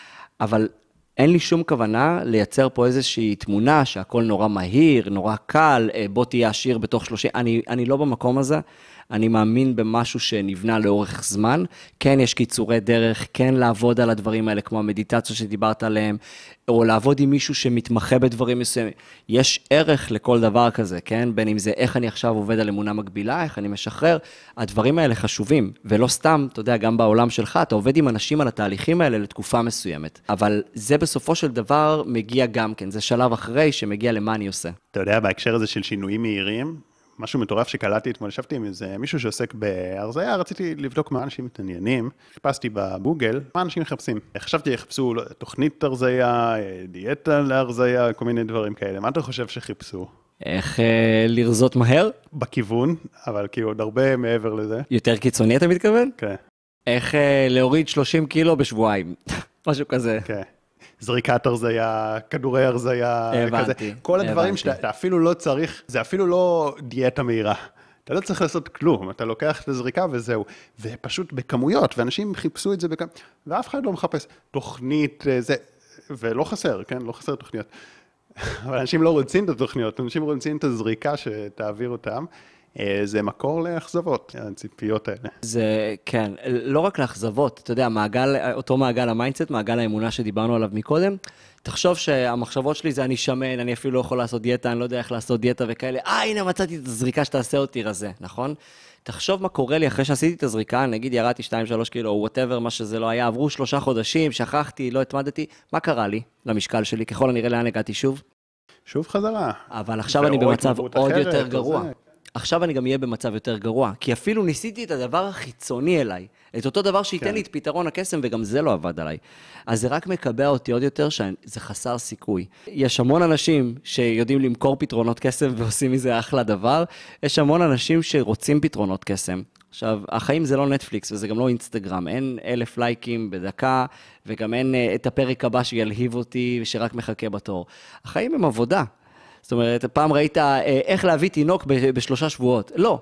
אבל אין לי שום כוונה לייצר פה איזושהי תמונה שהכל נורא מהיר, נורא קל, בוא תהיה עשיר בתוך שלושים, אני, אני לא במקום הזה. אני מאמין במשהו שנבנה לאורך זמן, כן יש קיצורי דרך, כן לעבוד על הדברים האלה, כמו המדיטציה שדיברת עליהם, או לעבוד עם מישהו שמתמחה בדברים מסוימים. יש ערך לכל דבר כזה, כן? בין אם זה איך אני עכשיו עובד על אמונה מקבילה, איך אני משחרר, הדברים האלה חשובים, ולא סתם, אתה יודע, גם בעולם שלך, אתה עובד עם אנשים על התהליכים האלה לתקופה מסוימת, אבל זה בסופו של דבר מגיע גם כן, זה שלב אחרי שמגיע למה אני עושה. אתה יודע, בהקשר הזה של שינויים מהירים, משהו מטורף שקלטתי אתמול, ישבתי עם איזה מישהו שעוסק בהרזיה, רציתי לבדוק מה אנשים מתעניינים, חיפשתי בגוגל, מה אנשים מחפשים. חשבתי, יחפשו תוכנית הרזיה, דיאטה להרזיה, כל מיני דברים כאלה. מה אתה חושב שחיפשו? איך אה, לרזות מהר? בכיוון, אבל כאילו עוד הרבה מעבר לזה. יותר קיצוני אתה מתכוון? כן. איך אה, להוריד שלושים קילו בשבועיים? משהו כזה. כן. זריקת הרזיה, כדורי הרזיה, כזה. כל הדברים שאתה אפילו לא צריך, זה אפילו לא דיאטה מהירה. אתה לא צריך לעשות כלום, אתה לוקח את הזריקה וזהו. ופשוט בכמויות, ואנשים חיפשו את זה בכמויות, ואף אחד לא מחפש תוכנית, זה, ולא חסר, כן? לא חסר תוכניות. אבל אנשים לא רוצים את התוכניות, אנשים רוצים את הזריקה שתעביר אותם. זה מקור לאכזבות, הציפיות האלה. זה, כן, לא רק לאכזבות, אתה יודע, מעגל, אותו מעגל המיינדסט, מעגל האמונה שדיברנו עליו מקודם, תחשוב שהמחשבות שלי זה אני שמן, אני אפילו לא יכול לעשות דיאטה, אני לא יודע איך לעשות דיאטה וכאלה, אה, הנה מצאתי את הזריקה שתעשה אותי רזה, נכון? תחשוב מה קורה לי אחרי שעשיתי את הזריקה, נגיד ירדתי שתיים שלוש קילו, או whatever, מה שזה לא היה, עברו שלושה חודשים, שכחתי, לא התמדתי, מה קרה לי למשקל שלי? ככל הנראה לאן הגעתי שוב? שוב חזרה. אבל עכשיו אני במצב עוד יותר גרוע. עכשיו אני גם אהיה במצב יותר גרוע, כי אפילו ניסיתי את הדבר החיצוני אליי, את אותו דבר שייתן כן. לי את פתרון הקסם, וגם זה לא עבד עליי. אז זה רק מקבע אותי עוד יותר, שזה חסר סיכוי. יש המון אנשים שיודעים למכור פתרונות קסם, ועושים מזה אחלה דבר. יש המון אנשים שרוצים פתרונות קסם. עכשיו, החיים זה לא נטפליקס, וזה גם לא אינסטגרם. אין אלף לייקים בדקה, וגם אין את הפרק הבא שילהיב אותי, ושרק מחכה בתור. החיים הם עבודה. זאת אומרת, פעם ראית איך להביא תינוק בשלושה שבועות. לא,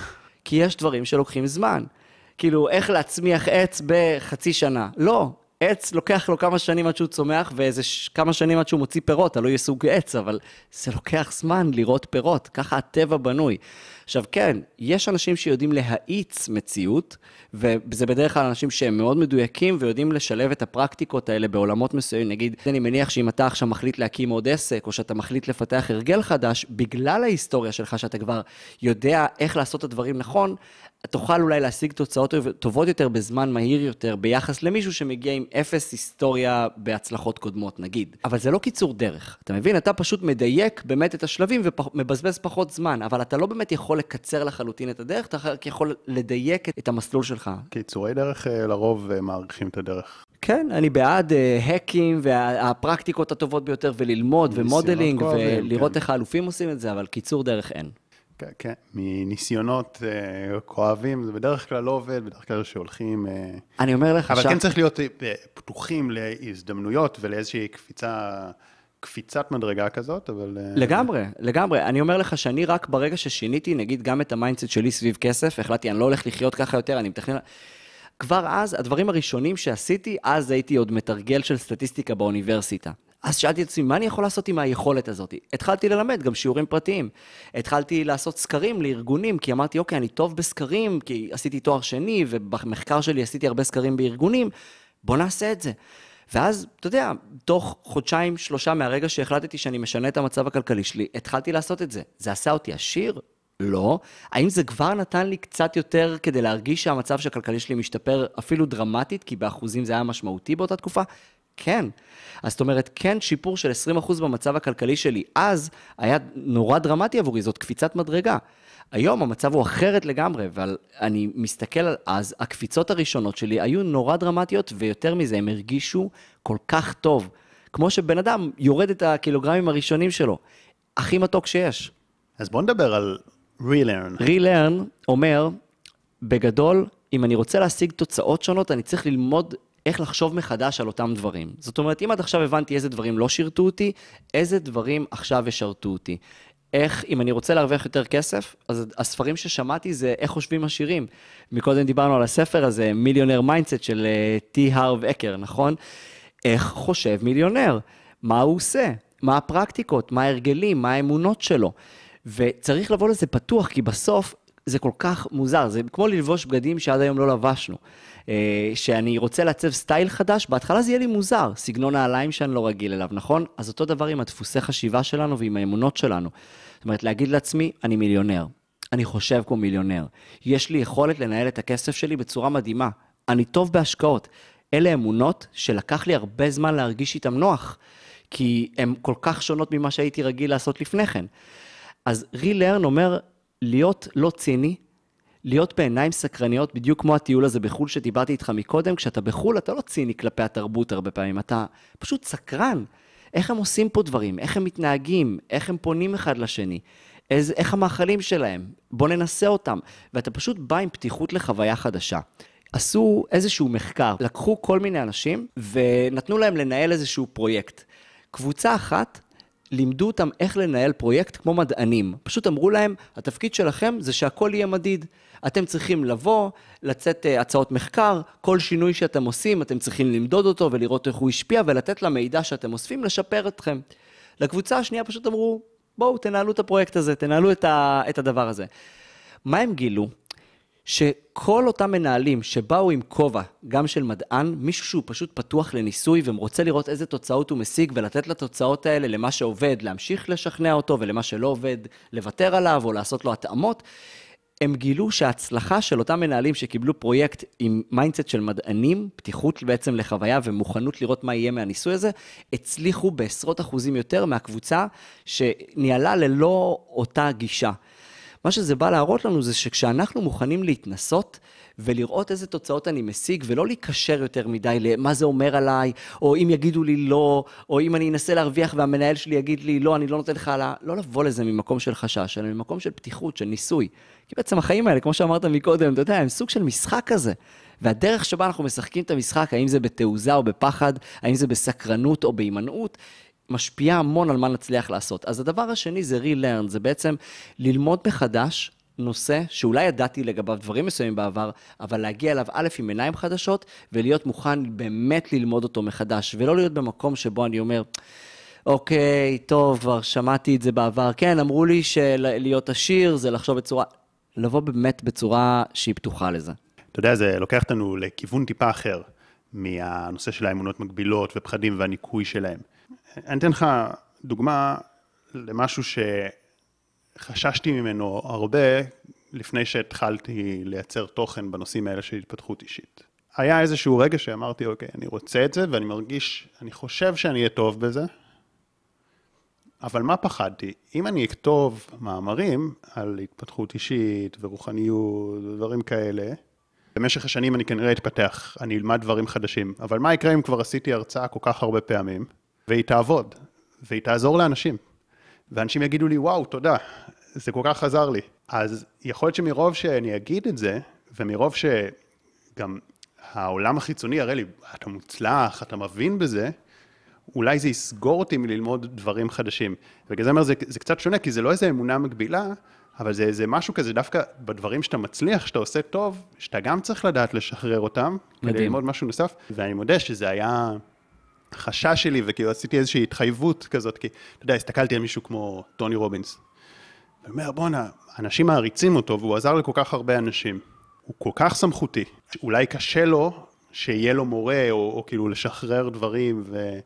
כי יש דברים שלוקחים זמן. כאילו, איך להצמיח עץ בחצי שנה. לא, עץ לוקח לו כמה שנים עד שהוא צומח, ואיזה כמה שנים עד שהוא מוציא פירות, הלא יהיה סוג עץ, אבל זה לוקח זמן לראות פירות, ככה הטבע בנוי. עכשיו כן, יש אנשים שיודעים להאיץ מציאות, וזה בדרך כלל אנשים שהם מאוד מדויקים, ויודעים לשלב את הפרקטיקות האלה בעולמות מסוימים. נגיד, אני מניח שאם אתה עכשיו מחליט להקים עוד עסק, או שאתה מחליט לפתח הרגל חדש, בגלל ההיסטוריה שלך, שאתה כבר יודע איך לעשות את הדברים נכון, תוכל אולי להשיג תוצאות טובות יותר בזמן מהיר יותר, ביחס למישהו שמגיע עם אפס היסטוריה בהצלחות קודמות, נגיד. אבל זה לא קיצור דרך. אתה מבין? אתה פשוט מדייק באמת את השלבים ומבזבז פחות זמן, אבל אתה לא באמת יכול לקצר לחלוטין את הדרך, אתה יכול לדייק את המסלול שלך. קיצורי דרך לרוב מעריכים את הדרך. כן, אני בעד האקים והפרקטיקות הטובות ביותר, וללמוד ומודלינג, ולראות איך האלופים עושים את זה, אבל קיצור דרך אין. כן, כן, מניסיונות uh, כואבים, זה בדרך כלל לא עובד, בדרך כלל שהולכים... Uh, אני אומר לך... אבל ש... כן צריך להיות uh, פתוחים להזדמנויות ולאיזושהי קפיצה, קפיצת מדרגה כזאת, אבל... Uh... לגמרי, לגמרי. אני אומר לך שאני רק ברגע ששיניתי, נגיד גם את המיינדסט שלי סביב כסף, החלטתי, אני לא הולך לחיות ככה יותר, אני מתכנן... כבר אז, הדברים הראשונים שעשיתי, אז הייתי עוד מתרגל של סטטיסטיקה באוניברסיטה. אז שאלתי את עצמי, מה אני יכול לעשות עם היכולת הזאת? התחלתי ללמד גם שיעורים פרטיים. התחלתי לעשות סקרים לארגונים, כי אמרתי, אוקיי, אני טוב בסקרים, כי עשיתי תואר שני, ובמחקר שלי עשיתי הרבה סקרים בארגונים, בוא נעשה את זה. ואז, אתה יודע, תוך חודשיים, שלושה מהרגע שהחלטתי שאני משנה את המצב הכלכלי שלי, התחלתי לעשות את זה. זה עשה אותי עשיר? לא. האם זה כבר נתן לי קצת יותר כדי להרגיש שהמצב הכלכלי שלי משתפר אפילו דרמטית, כי באחוזים זה היה משמעותי באותה תקופה? כן. אז זאת אומרת, כן, שיפור של עשרים אחוז במצב הכלכלי שלי, אז היה נורא דרמטי עבורי, זאת קפיצת מדרגה. היום המצב הוא אחרת לגמרי, אבל אני מסתכל על אז, הקפיצות הראשונות שלי היו נורא דרמטיות, ויותר מזה, הם הרגישו כל כך טוב. כמו שבן אדם יורד את הקילוגרמים הראשונים שלו. הכי מתוק שיש. אז בוא נדבר על relearn. relearn אומר, בגדול, אם אני רוצה להשיג תוצאות שונות, אני צריך ללמוד איך לחשוב מחדש על אותם דברים. זאת אומרת, אם עד עכשיו הבנתי איזה דברים לא שירתו אותי, איזה דברים עכשיו ישרתו אותי. איך, אם אני רוצה להרוויח יותר כסף, אז הספרים ששמעתי זה איך חושבים עשירים. מקודם דיברנו על הספר הזה, מיליונר מיינדסט של טי הרב אקר, נכון? איך חושב מיליונר? מה הוא עושה? מה הפרקטיקות? מה ההרגלים? מה האמונות שלו? וצריך לבוא לזה פתוח, כי בסוף זה כל כך מוזר. זה כמו ללבוש בגדים שעד היום לא לבשנו. שאני רוצה לעצב סטייל חדש, בהתחלה זה יהיה לי מוזר, סגנון העליים שאני לא רגיל אליו, נכון? אז אותו דבר עם הדפוסי חשיבה שלנו ועם האמונות שלנו. זאת אומרת, להגיד לעצמי, אני מיליונר, אני חושב כמו מיליונר, יש לי יכולת לנהל את הכסף שלי בצורה מדהימה, אני טוב בהשקעות. אלה אמונות שלקח לי הרבה זמן להרגיש איתם נוח, כי הן כל כך שונות ממה שהייתי רגיל לעשות לפני כן. אז relearn אומר להיות לא ציני, להיות בעיניים סקרניות, בדיוק כמו הטיול הזה בחול שדיברתי איתך מקודם, כשאתה בחול אתה לא ציני כלפי התרבות הרבה פעמים, אתה פשוט סקרן. איך הם עושים פה דברים, איך הם מתנהגים, איך הם פונים אחד לשני, איזה, איך המאכלים שלהם, בוא ננסה אותם, ואתה פשוט בא עם פתיחות לחוויה חדשה. עשו איזשהו מחקר, לקחו כל מיני אנשים ונתנו להם לנהל איזשהו פרויקט. קבוצה אחת, לימדו אותם איך לנהל פרויקט כמו מדענים. פשוט אמרו להם, התפקיד שלכם זה שהכל יהיה מדיד. אתם צריכים לבוא, לצאת uh, הצעות מחקר, כל שינוי שאתם עושים, אתם צריכים למדוד אותו ולראות איך הוא השפיע, ולתת למידע שאתם אוספים לשפר אתכם. לקבוצה השנייה פשוט אמרו, בואו תנהלו את הפרויקט הזה, תנהלו את, ה, את הדבר הזה. מה הם גילו? שכל אותם מנהלים שבאו עם כובע, גם של מדען, מישהו שהוא פשוט פתוח לניסוי ורוצה לראות איזה תוצאות הוא משיג ולתת לתוצאות האלה למה שעובד, להמשיך לשכנע אותו ולמה שלא עובד, לוותר עליו או לעשות לו התאמות, הם גילו שההצלחה של אותם מנהלים שקיבלו פרויקט עם מיינדסט של מדענים, פתיחות בעצם לחוויה ומוכנות לראות מה יהיה מהניסוי הזה, הצליחו בעשרות אחוזים יותר מהקבוצה שניהלה ללא אותה גישה. מה שזה בא להראות לנו זה שכשאנחנו מוכנים להתנסות ולראות איזה תוצאות אני משיג, ולא להיקשר יותר מדי למה זה אומר עליי, או אם יגידו לי לא, או אם אני אנסה להרוויח והמנהל שלי יגיד לי לא, אני לא נותן לך עלה, לא לבוא לזה ממקום של חשש, אלא ממקום של פתיחות, של ניסוי. כי בעצם החיים האלה, כמו שאמרת מקודם, אתה יודע, הם סוג של משחק כזה. והדרך שבה אנחנו משחקים את המשחק, האם זה בתעוזה או בפחד, האם זה בסקרנות או בהימנעות, משפיע המון על מה נצליח לעשות. אז הדבר השני זה relearn, זה בעצם ללמוד מחדש נושא שאולי ידעתי לגביו דברים מסוימים בעבר, אבל להגיע אליו א' עם עיניים חדשות, ולהיות מוכן באמת ללמוד אותו מחדש, ולא להיות במקום שבו אני אומר, אוקיי, טוב, כבר שמעתי את זה בעבר, כן, אמרו לי שלהיות עשיר זה לחשוב בצורה, לבוא באמת בצורה שהיא פתוחה לזה. אתה יודע, זה לוקח אותנו לכיוון טיפה אחר, מהנושא של האמונות מגבילות ופחדים והניקוי שלהם. אני אתן לך דוגמה למשהו שחששתי ממנו הרבה לפני שהתחלתי לייצר תוכן בנושאים האלה של התפתחות אישית. היה איזשהו רגע שאמרתי, אוקיי, אני רוצה את זה ואני מרגיש, אני חושב שאני אהיה טוב בזה, אבל מה פחדתי? אם אני אכתוב מאמרים על התפתחות אישית ורוחניות ודברים כאלה, במשך השנים אני כנראה אתפתח, אני אלמד דברים חדשים, אבל מה יקרה אם כבר עשיתי הרצאה כל כך הרבה פעמים? והיא תעבוד, והיא תעזור לאנשים. ואנשים יגידו לי, וואו, תודה, זה כל כך עזר לי. אז יכול להיות שמרוב שאני אגיד את זה, ומרוב שגם העולם החיצוני יראה לי, אתה מוצלח, אתה מבין בזה, אולי זה יסגור אותי מללמוד דברים חדשים. ובגלל זה אומר, זה, זה קצת שונה, כי זה לא איזו אמונה מגבילה, אבל זה, זה משהו כזה דווקא בדברים שאתה מצליח, שאתה עושה טוב, שאתה גם צריך לדעת לשחרר אותם, מדהים. כדי ללמוד משהו נוסף. ואני מודה שזה היה חשש שלי, וכאילו עשיתי איזושהי התחייבות כזאת, כי אתה יודע, הסתכלתי על מישהו כמו טוני רובינס, ואומר, בוא'נה, אנשים מעריצים אותו, והוא עזר לכל כך הרבה אנשים. הוא כל כך סמכותי, אולי קשה לו שיהיה לו מורה, או, או כאילו לשחרר דברים,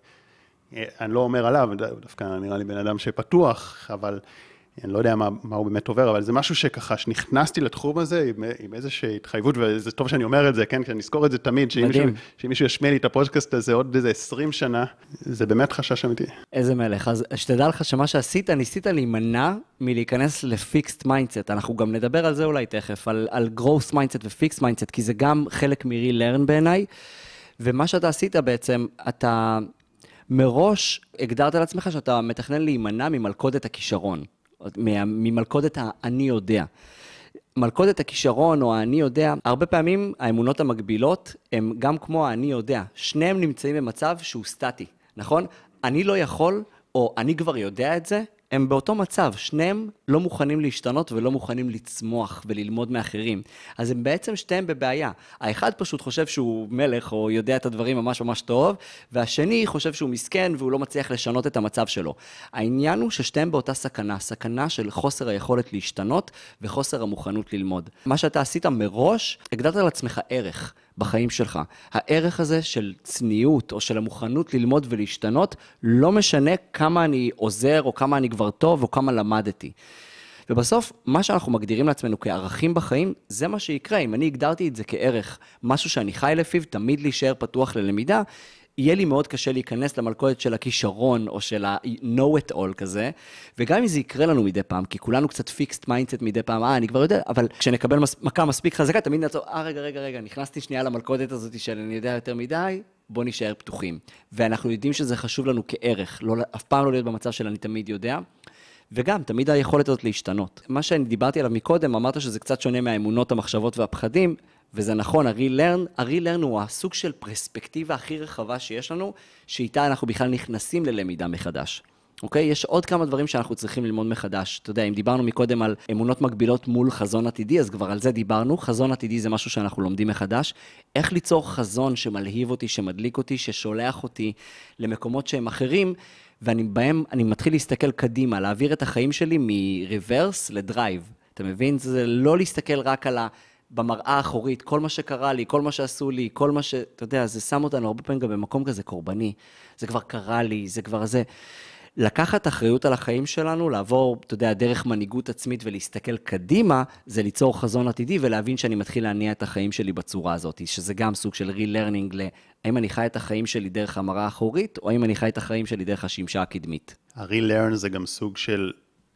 ואני לא אומר עליו, דווקא נראה לי בן אדם שפתוח, אבל אני לא יודע מה, מה הוא באמת עובר, אבל זה משהו שככה, שנכנסתי לתחום הזה עם, עם איזושהי התחייבות, וזה טוב שאני אומר את זה, כן? כי אני אזכור את זה תמיד, שאם מישהו, שאם מישהו ישמיע לי את הפודקאסט הזה עוד איזה עשרים שנה, זה באמת חשש אמיתי. איזה מלך. אז שתדע לך שמה שעשית, ניסית להימנע מלהיכנס לפיקסט מיינדסט. אנחנו גם נדבר על זה אולי תכף, על, על growth mindset ופיקסט מיינדסט, כי זה גם חלק מ-relearn בעיניי, ומה שאתה עשית בעצם, אתה מראש הגדרת על עצמך שאתה מתכנן להימנע ממלכודת הכישרון. ממלכודת האני יודע. מלכודת הכישרון או האני יודע, הרבה פעמים האמונות המקבילות הם גם כמו האני יודע. שניהם נמצאים במצב שהוא סטטי, נכון? אני לא יכול, או אני כבר יודע את זה, הם באותו מצב, שניהם לא מוכנים להשתנות ולא מוכנים לצמוח וללמוד מאחרים. אז הם בעצם שתיהם בבעיה. האחד פשוט חושב שהוא מלך או יודע את הדברים ממש ממש טוב, והשני חושב שהוא מסכן והוא לא מצליח לשנות את המצב שלו. העניין הוא ששתיהם באותה סכנה, סכנה של חוסר היכולת להשתנות וחוסר המוכנות ללמוד. מה שאתה עשית מראש, הגדרת על עצמך ערך בחיים שלך. הערך הזה של צניעות או של המוכנות ללמוד ולהשתנות, לא משנה כמה אני עוזר או כמה אני כבר טוב או כמה למדתי. ובסוף, מה שאנחנו מגדירים לעצמנו כערכים בחיים, זה מה שיקרה. אם אני הגדרתי את זה כערך, משהו שאני חי לפיו, תמיד להישאר פתוח ללמידה, יהיה לי מאוד קשה להיכנס למלכודת של הכישרון, או של ה-know it all כזה, וגם אם זה יקרה לנו מדי פעם, כי כולנו קצת fixed mindset מדי פעם, אה, אני כבר יודע, אבל כשנקבל מכה מספיק חזקה, תמיד נעצור, אה, רגע, רגע, רגע, נכנסתי שנייה למלכודת הזאת של אני יודע יותר מדי, בוא נשאר פתוחים. ואנחנו יודעים שזה חשוב לנו כערך, לא, אף פעם לא להיות במצב של אני תמיד יודע, וגם, תמיד היכולת הזאת להשתנות. מה שאני דיברתי עליו מקודם, אמרת שזה קצת שונה מהאמונות, המחשבות והפחדים, וזה נכון, ה-relearn, ה-relearn הוא הסוג של פרספקטיבה הכי רחבה שיש לנו, שאיתה אנחנו בכלל נכנסים ללמידה מחדש. אוקיי? יש עוד כמה דברים שאנחנו צריכים ללמוד מחדש. אתה יודע, אם דיברנו מקודם על אמונות מקבילות מול חזון עתידי, אז כבר על זה דיברנו. חזון עתידי זה משהו שאנחנו לומדים מחדש. איך ליצור חזון שמלהיב אותי, שמדליק אותי, ששולח אותי למקומות שהם אחרים, ואני בהם, אני מתחיל להסתכל קדימה, להעביר את החיים שלי מ-reverse לדרייב. אתה מבין? זה לא להסתכל רק על ה... במראה האחורית, כל מה שקרה לי, כל מה שעשו לי, כל מה ש... אתה יודע, זה שם אותנו הרבה פעמים גם במקום כזה קורבני. זה כבר קרה לי, זה כבר זה... לקחת אחריות על החיים שלנו, לעבור, אתה יודע, דרך מנהיגות עצמית ולהסתכל קדימה, זה ליצור חזון עתידי ולהבין שאני מתחיל להניע את החיים שלי בצורה הזאת, שזה גם סוג של re-learning, האם אני חי את החיים שלי דרך המראה האחורית, או האם אני חי את החיים שלי דרך השמשה הקדמית. ה-re-learn זה גם סוג של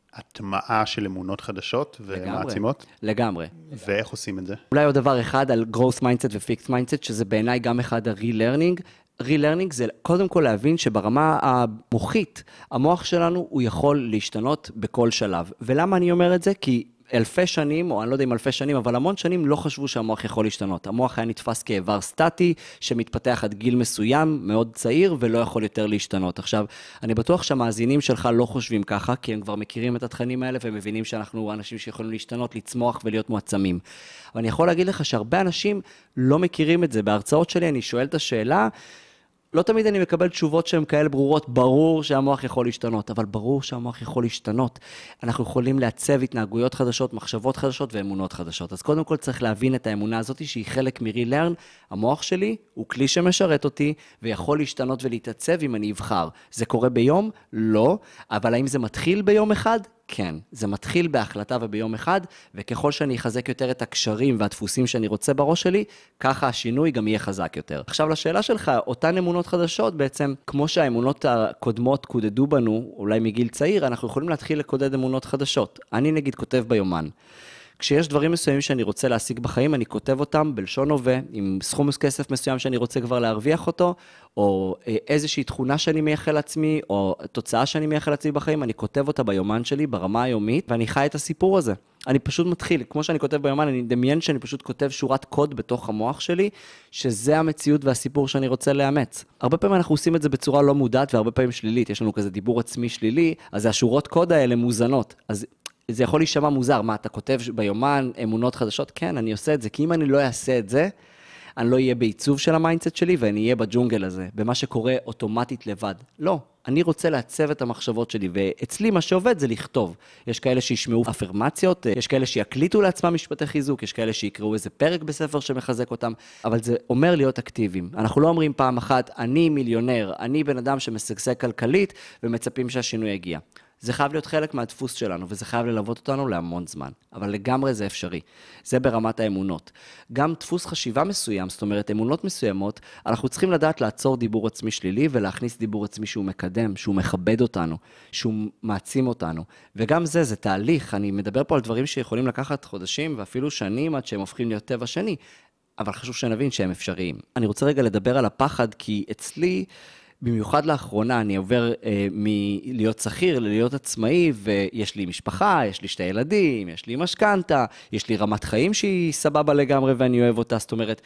הטמעה של אמונות חדשות ומעצימות? לגמרי. ואיך עושים את זה? אולי עוד דבר אחד על growth mindset ו-fixed mindset, שזה בעיניי גם אחד ה-re-learning, re-learning זה קודם כל להבין שברמה המוחית, המוח שלנו הוא יכול להשתנות בכל שלב. ולמה אני אומר את זה? כי אלפי שנים, או אני לא יודע אם אלפי שנים, אבל המון שנים לא חשבו שהמוח יכול להשתנות. המוח היה נתפס כאיבר סטטי, שמתפתח עד גיל מסוים, מאוד צעיר, ולא יכול יותר להשתנות. עכשיו, אני בטוח שהמאזינים שלך לא חושבים ככה, כי הם כבר מכירים את התכנים האלה, והם מבינים שאנחנו אנשים שיכולים להשתנות, לצמוח ולהיות מועצמים. אבל אני יכול להגיד לך שהרבה אנשים לא מכירים את זה. בהרצאות שלי אני שואל את השאלה, לא תמיד אני מקבל תשובות שהן כאלה ברורות, ברור שהמוח יכול להשתנות, אבל ברור שהמוח יכול להשתנות. אנחנו יכולים לעצב התנהגויות חדשות, מחשבות חדשות ואמונות חדשות. אז קודם כל צריך להבין את האמונה הזאת שהיא חלק מ-re-learn. המוח שלי הוא כלי שמשרת אותי ויכול להשתנות ולהתעצב אם אני אבחר. זה קורה ביום? לא. אבל האם זה מתחיל ביום אחד? כן, זה מתחיל בהחלטה וביום אחד, וככל שאני אחזק יותר את הקשרים והדפוסים שאני רוצה בראש שלי, ככה השינוי גם יהיה חזק יותר. עכשיו לשאלה שלך, אותן אמונות חדשות בעצם, כמו שהאמונות הקודמות קודדו בנו, אולי מגיל צעיר, אנחנו יכולים להתחיל לקודד אמונות חדשות. אני נגיד כותב ביומן. כשיש דברים מסוימים שאני רוצה להשיג בחיים, אני כותב אותם בלשון הווה, עם סכום כסף מסוים שאני רוצה כבר להרוויח אותו, או איזושהי תכונה שאני מייחל לעצמי, או תוצאה שאני מייחל לעצמי בחיים, אני כותב אותה ביומן שלי, ברמה היומית, ואני חי את הסיפור הזה. אני פשוט מתחיל, כמו שאני כותב ביומן, אני דמיין שאני פשוט כותב שורת קוד בתוך המוח שלי, שזה המציאות והסיפור שאני רוצה לאמץ. הרבה פעמים אנחנו עושים את זה בצורה לא מודעת, והרבה פעמים שלילית. יש לנו כזה דיבור עצמי שלילי, אז השורות קוד האלה מוזנות. אז זה יכול להישמע מוזר, מה, אתה כותב ביומן אמונות חדשות? כן, אני עושה את זה, כי אם אני לא אעשה את זה, אני לא אהיה בעיצוב של המיינדסט שלי, ואני אהיה בג'ונגל הזה, במה שקורה אוטומטית לבד. לא, אני רוצה לעצב את המחשבות שלי, ואצלי מה שעובד זה לכתוב. יש כאלה שישמעו אפרמציות, יש כאלה שיקליטו לעצמם משפטי חיזוק, יש כאלה שיקראו איזה פרק בספר שמחזק אותם, אבל זה אומר להיות אקטיביים. אנחנו לא אומרים פעם אחת, אני מיליונר, אני בן אדם שמשגשג כלכלית, ומצפים שהשינוי יגיע. זה חייב להיות חלק מהדפוס שלנו, וזה חייב ללוות אותנו להמון זמן. אבל לגמרי זה אפשרי. זה ברמת האמונות. גם דפוס חשיבה מסוים, זאת אומרת, אמונות מסוימות, אנחנו צריכים לדעת לעצור דיבור עצמי שלילי, ולהכניס דיבור עצמי שהוא מקדם, שהוא מכבד אותנו, שהוא מעצים אותנו. וגם זה, זה תהליך. אני מדבר פה על דברים שיכולים לקחת חודשים, ואפילו שנים עד שהם הופכים להיות טבע שני. אבל חשוב שנבין שהם אפשריים. אני רוצה רגע לדבר על הפחד, כי אצלי במיוחד לאחרונה אני עובר אה, מלהיות שכיר ללהיות עצמאי, ויש לי משפחה, יש לי שתי ילדים, יש לי משכנתה, יש לי רמת חיים שהיא סבבה לגמרי ואני אוהב אותה. זאת אומרת,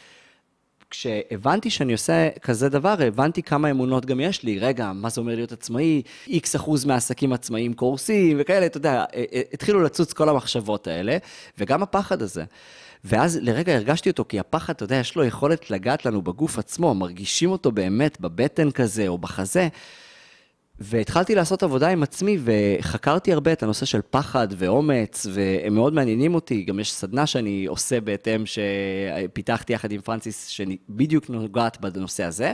כשהבנתי שאני עושה כזה דבר, הבנתי כמה אמונות גם יש לי. רגע, מה זה אומר להיות עצמאי? איקס אחוז מהעסקים עצמאיים קורסים וכאלה, אתה יודע, התחילו לצוץ כל המחשבות האלה, וגם הפחד הזה. ואז לרגע הרגשתי אותו, כי הפחד, אתה יודע, יש לו יכולת לגעת לנו בגוף עצמו, מרגישים אותו באמת בבטן כזה או בחזה, והתחלתי לעשות עבודה עם עצמי, וחקרתי הרבה את הנושא של פחד ואומץ, והם מאוד מעניינים אותי. גם יש סדנה שאני עושה בהתאם, שפיתחתי יחד עם פרנסיס, שבדיוק נוגעת בנושא הזה,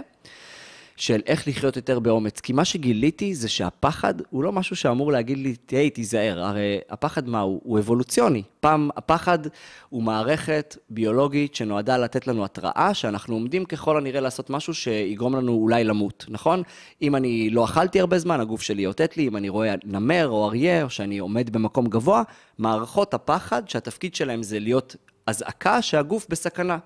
של איך לחיות יותר באומץ. כי מה שגיליתי זה שהפחד הוא לא משהו שאמור להגיד לי, תהיה, תיזהר. הרי הפחד מה הוא? הוא אבולוציוני. פעם הפחד הוא מערכת ביולוגית שנועדה לתת לנו התראה, שאנחנו עומדים ככל הנראה לעשות משהו שיגרום לנו אולי למות, נכון? אם אני לא אכלתי הרבה זמן, הגוף שלי יוטט לי, אם אני רואה נמר או אריה, או שאני עומד במקום גבוה, מערכות הפחד שהתפקיד שלהם זה להיות אזעקה שהגוף בסכנה.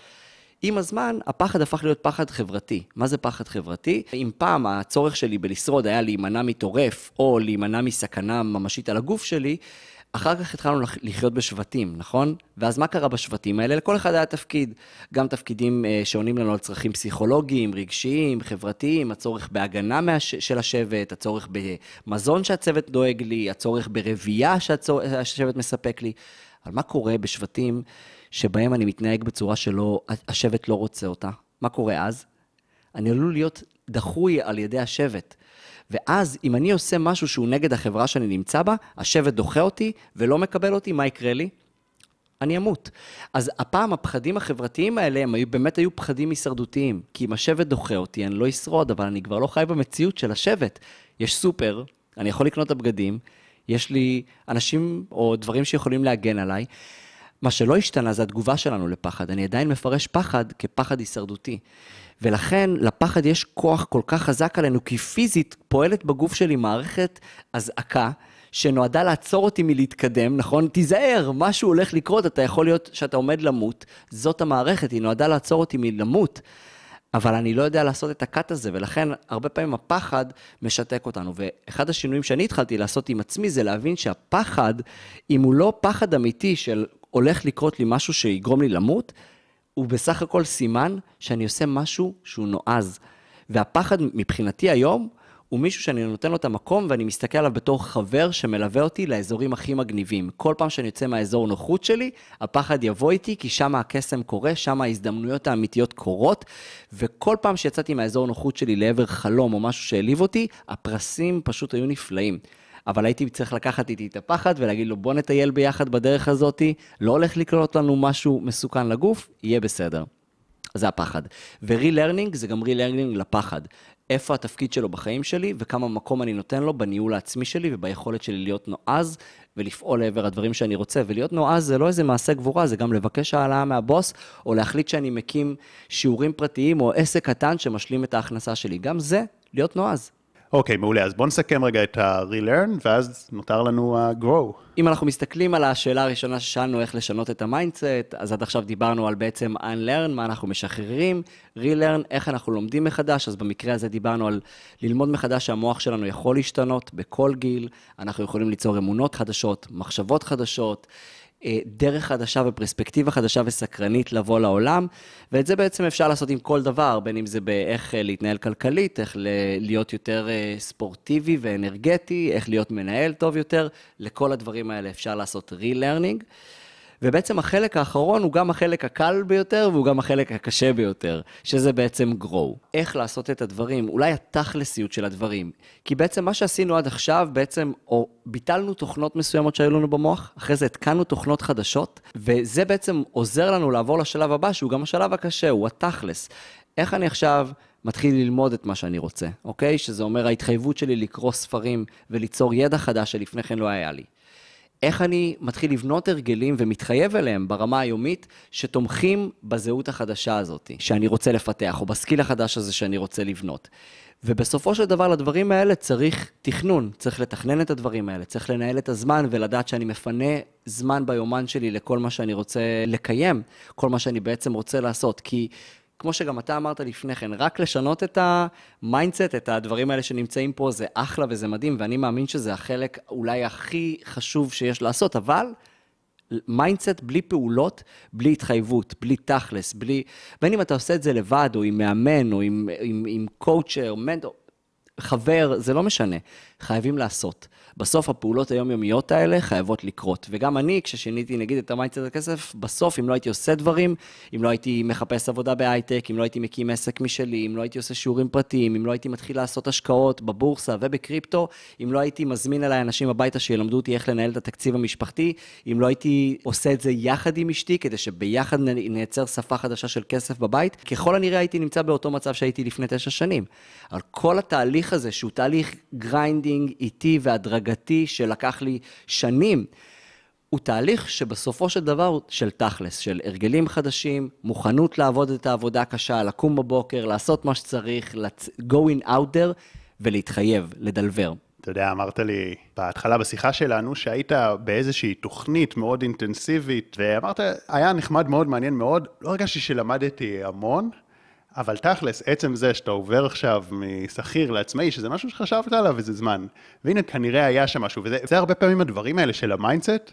עם הזמן, הפחד הפך להיות פחד חברתי. מה זה פחד חברתי? אם פעם הצורך שלי בלשרוד היה להימנע מטורף, או להימנע מסכנה ממשית על הגוף שלי, אחר כך התחלנו לחיות בשבטים, נכון? ואז מה קרה בשבטים האלה? לכל אחד היה תפקיד. גם תפקידים שעונים לנו על צרכים פסיכולוגיים, רגשיים, חברתיים, הצורך בהגנה של השבט, הצורך במזון שהצוות דואג לי, הצורך ברבייה שהשבט מספק לי. אבל מה קורה בשבטים שבהם אני מתנהג בצורה שלא, השבט לא רוצה אותה? מה קורה אז? אני עלול להיות דחוי על ידי השבט. ואז אם אני עושה משהו שהוא נגד החברה שאני נמצא בה, השבט דוחה אותי ולא מקבל אותי, מה יקרה לי? אני אמות. אז הפעם הפחדים החברתיים האלה, הם היו, באמת היו פחדים הישרדותיים. כי אם השבט דוחה אותי, אני לא אשרוד, אבל אני כבר לא חי במציאות של השבט. יש סופר, אני יכול לקנות את הבגדים, יש לי אנשים או דברים שיכולים להגן עליי. מה שלא השתנה זה התגובה שלנו לפחד. אני עדיין מפרש פחד כפחד הישרדותי. ולכן לפחד יש כוח כל כך חזק עלינו, כי פיזית פועלת בגוף שלי מערכת הזעקה, שנועדה לעצור אותי מלהתקדם, נכון? תיזהר, משהו הולך לקרות, אתה יכול להיות שאתה עומד למות, זאת המערכת, היא נועדה לעצור אותי מלמות, אבל אני לא יודע לעשות את הקט הזה, ולכן הרבה פעמים הפחד משתק אותנו, ואחד השינויים שאני התחלתי לעשות עם עצמי, זה להבין שהפחד, אם הוא לא פחד אמיתי של הולך לקרות לי משהו שיגרום לי למות, הוא בסך הכל סימן שאני עושה משהו שהוא נועז, והפחד מבחינתי היום, הוא מישהו שאני נותן לו את המקום, ואני מסתכל עליו בתור חבר שמלווה אותי לאזורים הכי מגניבים. כל פעם שאני יוצא מהאזור נוחות שלי, הפחד יבוא איתי, כי שם הקסם קורה, שם ההזדמנויות האמיתיות קורות, וכל פעם שיצאתי מהאזור נוחות שלי לעבר חלום או משהו שהעליב אותי, הפרסים פשוט היו נפלאים. אבל הייתי צריך לקחת איתי את הפחד ולהגיד לו, בוא נטייל ביחד בדרך הזאת, לא הולך לקרות לנו משהו מסוכן לגוף, יהיה בסדר. זה הפחד. ו-re-learning זה גם re-learning לפחד. איפה התפקיד שלו בחיים שלי, וכמה מקום אני נותן לו בניהול העצמי שלי, וביכולת שלי להיות נועז, ולפעול לעבר הדברים שאני רוצה. ולהיות נועז זה לא איזה מעשה גבורה, זה גם לבקש העלאה מהבוס, או להחליט שאני מקים שיעורים פרטיים, או עסק קטן שמשלים את ההכנסה שלי. גם זה, להיות נועז. אוקיי, מעולה. אז בואו נסכם רגע את ה-relearn, ואז נותר לנו ה-grow. אם אנחנו מסתכלים על השאלה הראשונה ששאלנו איך לשנות את המיינדסט, אז עד עכשיו דיברנו על בעצם unlearn, מה אנחנו משחררים, relearn, איך אנחנו לומדים מחדש, אז במקרה הזה דיברנו על ללמוד מחדש שהמוח שלנו יכול להשתנות בכל גיל, אנחנו יכולים ליצור אמונות חדשות, מחשבות חדשות, דרך חדשה ופרספקטיבה חדשה וסקרנית לבוא לעולם, ואת זה בעצם אפשר לעשות עם כל דבר, בין אם זה באיך להתנהל כלכלית, איך להיות יותר ספורטיבי ואנרגטי, איך להיות מנהל טוב יותר, לכל הדברים האלה אפשר לעשות re-learning, ובעצם החלק האחרון הוא גם החלק הקל ביותר, והוא גם החלק הקשה ביותר, שזה בעצם grow. איך לעשות את הדברים, אולי התכלסיות של הדברים. כי בעצם מה שעשינו עד עכשיו, בעצם או ביטלנו תוכנות מסוימות שהיו לנו במוח, אחרי זה התקנו תוכנות חדשות, וזה בעצם עוזר לנו לעבור לשלב הבא, שהוא גם השלב הקשה, הוא התכלס. איך אני עכשיו מתחיל ללמוד את מה שאני רוצה, אוקיי? שזה אומר ההתחייבות שלי לקרוא ספרים וליצור ידע חדש שלפני כן לא היה לי. איך אני מתחיל לבנות הרגלים ומתחייב אליהם ברמה היומית שתומכים בזהות החדשה הזאת שאני רוצה לפתח, או בסקיל החדש הזה שאני רוצה לבנות. ובסופו של דבר לדברים האלה צריך תכנון, צריך לתכנן את הדברים האלה, צריך לנהל את הזמן ולדעת שאני מפנה זמן ביומן שלי לכל מה שאני רוצה לקיים, כל מה שאני בעצם רוצה לעשות, כי כמו שגם אתה אמרת לפני כן, רק לשנות את המיינדסט, את הדברים האלה שנמצאים פה, זה אחלה וזה מדהים, ואני מאמין שזה החלק אולי הכי חשוב שיש לעשות, אבל מיינדסט בלי פעולות, בלי התחייבות, בלי תכלס, בלי, בין אם אתה עושה את זה לבד, או עם מאמן, או עם, עם, עם קואוצ'ר, מנטור, חבר, זה לא משנה, חייבים לעשות. בסוף הפעולות היומיומיות האלה חייבות לקרות. וגם אני, כששיניתי נגיד את המיינדסט הכסף, בסוף אם לא הייתי עושה דברים, אם לא הייתי מחפש עבודה בהייטק, אם לא הייתי מקים עסק משלי, אם לא הייתי עושה שיעורים פרטיים, אם לא הייתי מתחיל לעשות השקעות בבורסה ובקריפטו, אם לא הייתי מזמין אליי אנשים הביתה שילמדו אותי איך לנהל את התקציב המשפחתי, אם לא הייתי עושה את זה יחד עם אשתי, כדי שביחד נייצר שפה חדשה של כסף בבית, ככל הנראה הייתי נמצא באותו מצב שהייתי לפני תשע שנים. על כל התהליך הזה, שהוא תהליך גריינדינג איטי והדרגתי שלקח לי שנים, הוא תהליך שבסופו של דבר של תכלס, של הרגלים חדשים, מוכנות לעבוד את העבודה הקשה, לקום בבוקר, לעשות מה שצריך, go in out there ולהתחייב, לדלבר. אתה יודע, אמרת לי בהתחלה בשיחה שלנו שהיית באיזושהי תוכנית מאוד אינטנסיבית, ואמרת, היה נחמד מאוד, מעניין מאוד, לא הרגשתי שלמדתי המון, אבל תכלס, עצם זה שאתה עובר עכשיו משכיר לעצמאי, שזה משהו שחשבת עליו איזה זמן, והנה כנראה היה שם משהו, וזה הרבה פעמים הדברים האלה של המיינדסט,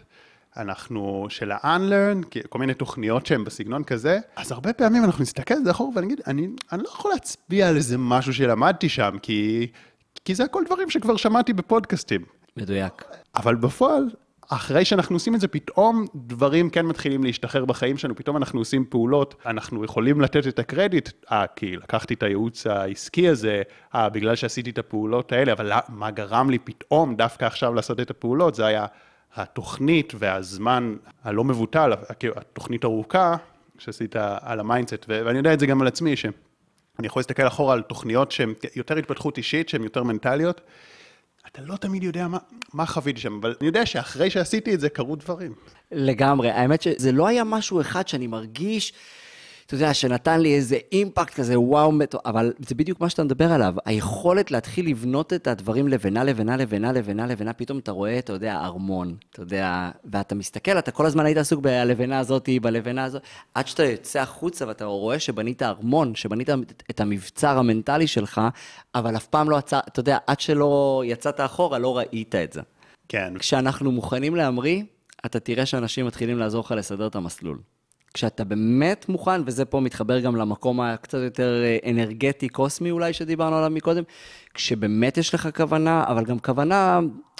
אנחנו, של ה-unlearn, כל מיני תוכניות שהן בסגנון כזה, אז הרבה פעמים אנחנו נסתכל על זה אחור ונגיד, אני, אני לא יכול להצביע על איזה משהו שלמדתי שם, כי, כי זה הכל דברים שכבר שמעתי בפודקאסטים. מדויק. אבל בפועל, אחרי שאנחנו עושים את זה, פתאום דברים כן מתחילים להשתחרר בחיים שלנו, פתאום אנחנו עושים פעולות, אנחנו יכולים לתת את הקרדיט, אה, כי לקחתי את הייעוץ העסקי הזה, אה, בגלל שעשיתי את הפעולות האלה, אבל מה גרם לי פתאום דווקא עכשיו לעשות את הפעולות, זה היה התוכנית והזמן הלא מבוטל, התוכנית ארוכה, שעשית על המיינדסט, ואני יודע את זה גם על עצמי, שאני יכול להסתכל אחורה על תוכניות שהן יותר התפתחות אישית, שהן יותר מנטליות, אתה לא תמיד יודע מה, מה חוויתי שם, אבל אני יודע שאחרי שעשיתי את זה, קרו דברים. לגמרי, האמת שזה לא היה משהו אחד שאני מרגיש, אתה יודע, שנתן לי איזה אימפקט כזה, וואו, אבל זה בדיוק מה שאתה מדבר עליו, היכולת להתחיל לבנות את הדברים לבנה, לבנה, לבנה, לבנה, לבנה, פתאום אתה רואה, אתה יודע, ארמון, אתה יודע, ואתה מסתכל, אתה כל הזמן היית עסוק בלבנה הזאת, בלבנה הזאת, עד שאתה יוצא החוצה ואתה רואה שבנית ארמון, שבנית את המבצר המנטלי שלך, אבל אף פעם לא יצא, אתה יודע, עד שלא יצאת אחורה, לא ראית את זה. כן. כשאנחנו מוכנים להמריא, אתה תראה שאנשים מתחילים לעזור לך לסדר את המסלול. כשאתה באמת מוכן, וזה פה מתחבר גם למקום הקצת יותר אנרגטי, קוסמי אולי, שדיברנו עליו מקודם, כשבאמת יש לך כוונה, אבל גם כוונה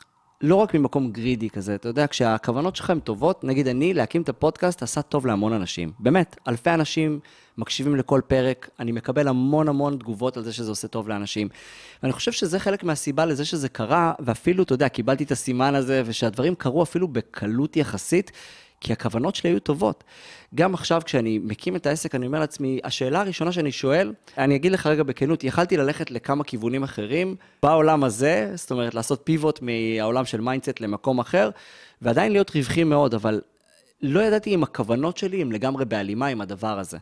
לא רק ממקום גרידי כזה, אתה יודע, כשהכוונות שלך הן טובות, נגיד אני, להקים את הפודקאסט, עשה טוב להמון אנשים. באמת, אלפי אנשים מקשיבים לכל פרק, אני מקבל המון המון תגובות על זה שזה עושה טוב לאנשים. ואני חושב שזה חלק מהסיבה לזה שזה קרה, ואפילו, אתה יודע, קיבלתי את הסימן הזה, ושהדברים קרו אפילו בקלות יחסית, כי הכוונות שלי היו טובות. גם עכשיו כשאני מקים את העסק, אני אומר לעצמי, השאלה הראשונה שאני שואל, אני אגיד לך רגע בכנות, יכלתי ללכת לכמה כיוונים אחרים, בעולם הזה, זאת אומרת, לעשות פיבוט מהעולם של מיינדסט למקום אחר, ועדיין להיות רווחי מאוד, אבל לא ידעתי אם הכוונות שלי הם לגמרי בהלימה עם הדבר הזה.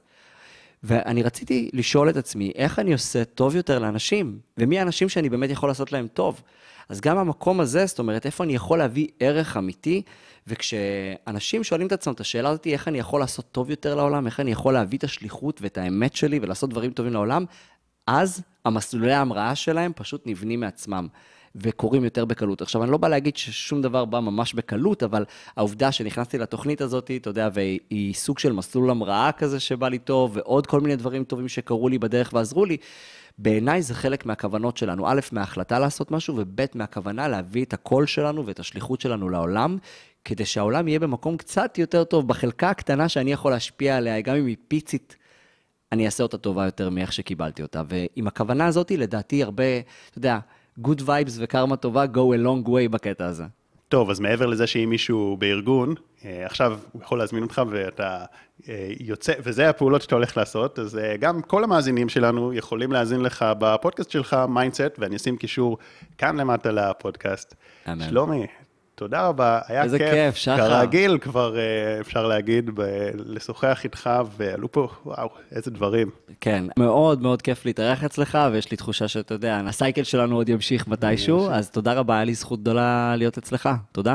ואני רציתי לשאול את עצמי, איך אני עושה טוב יותר לאנשים, ומי האנשים שאני באמת יכול לעשות להם טוב. אז גם המקום הזה, זאת אומרת, איפה אני יכול להביא ערך אמיתי, וכשאנשים שואלים את עצמם את השאלה הזאת, איך אני יכול לעשות טוב יותר לעולם, איך אני יכול להביא את השליחות ואת האמת שלי ולעשות דברים טובים לעולם, אז המסלולי ההמראה שלהם פשוט נבנים מעצמם, וקורים יותר בקלות. עכשיו, אני לא בא להגיד ששום דבר בא ממש בקלות, אבל העובדה שנכנסתי לתוכנית הזאת, אתה יודע, והיא סוג של מסלול המראה כזה שבא לי טוב, ועוד כל מיני דברים טובים שקרו לי בדרך ועזרו לי, בעיניי זה חלק מהכוונות שלנו, א', מההחלטה לעשות משהו, וב', מהכוונה להביא את הקול שלנו ואת השליחות שלנו לעולם, כדי שהעולם יהיה במקום קצת יותר טוב, בחלקה הקטנה שאני יכול להשפיע עליה, גם אם היא פיצית, אני אעשה אותה טובה יותר מאיך שקיבלתי אותה. ועם הכוונה הזאת, לדעתי הרבה, אתה יודע, good vibes וקרמה טובה, go a long way בקטע הזה. טוב, אז מעבר לזה שאם מישהו בארגון, עכשיו הוא יכול להזמין אותך ואתה יוצא, וזה הפעולות שאתה הולך לעשות, אז גם כל המאזינים שלנו יכולים להאזין לך בפודקאסט שלך, מיינדסט, ואני אשים קישור כאן למטה לפודקאסט. אמן. שלומי, תודה רבה, היה כיף. איזה כיף, שחר. כרגיל כבר אפשר להגיד, לשוחח איתך, ועלו פה, וואו, איזה דברים. כן, מאוד מאוד כיף להתארח אצלך, ויש לי תחושה שאתה יודע, הסייקל שלנו עוד ימשיך מתישהו, אז תודה רבה, היה לי זכות גדולה להיות אצלך. תודה.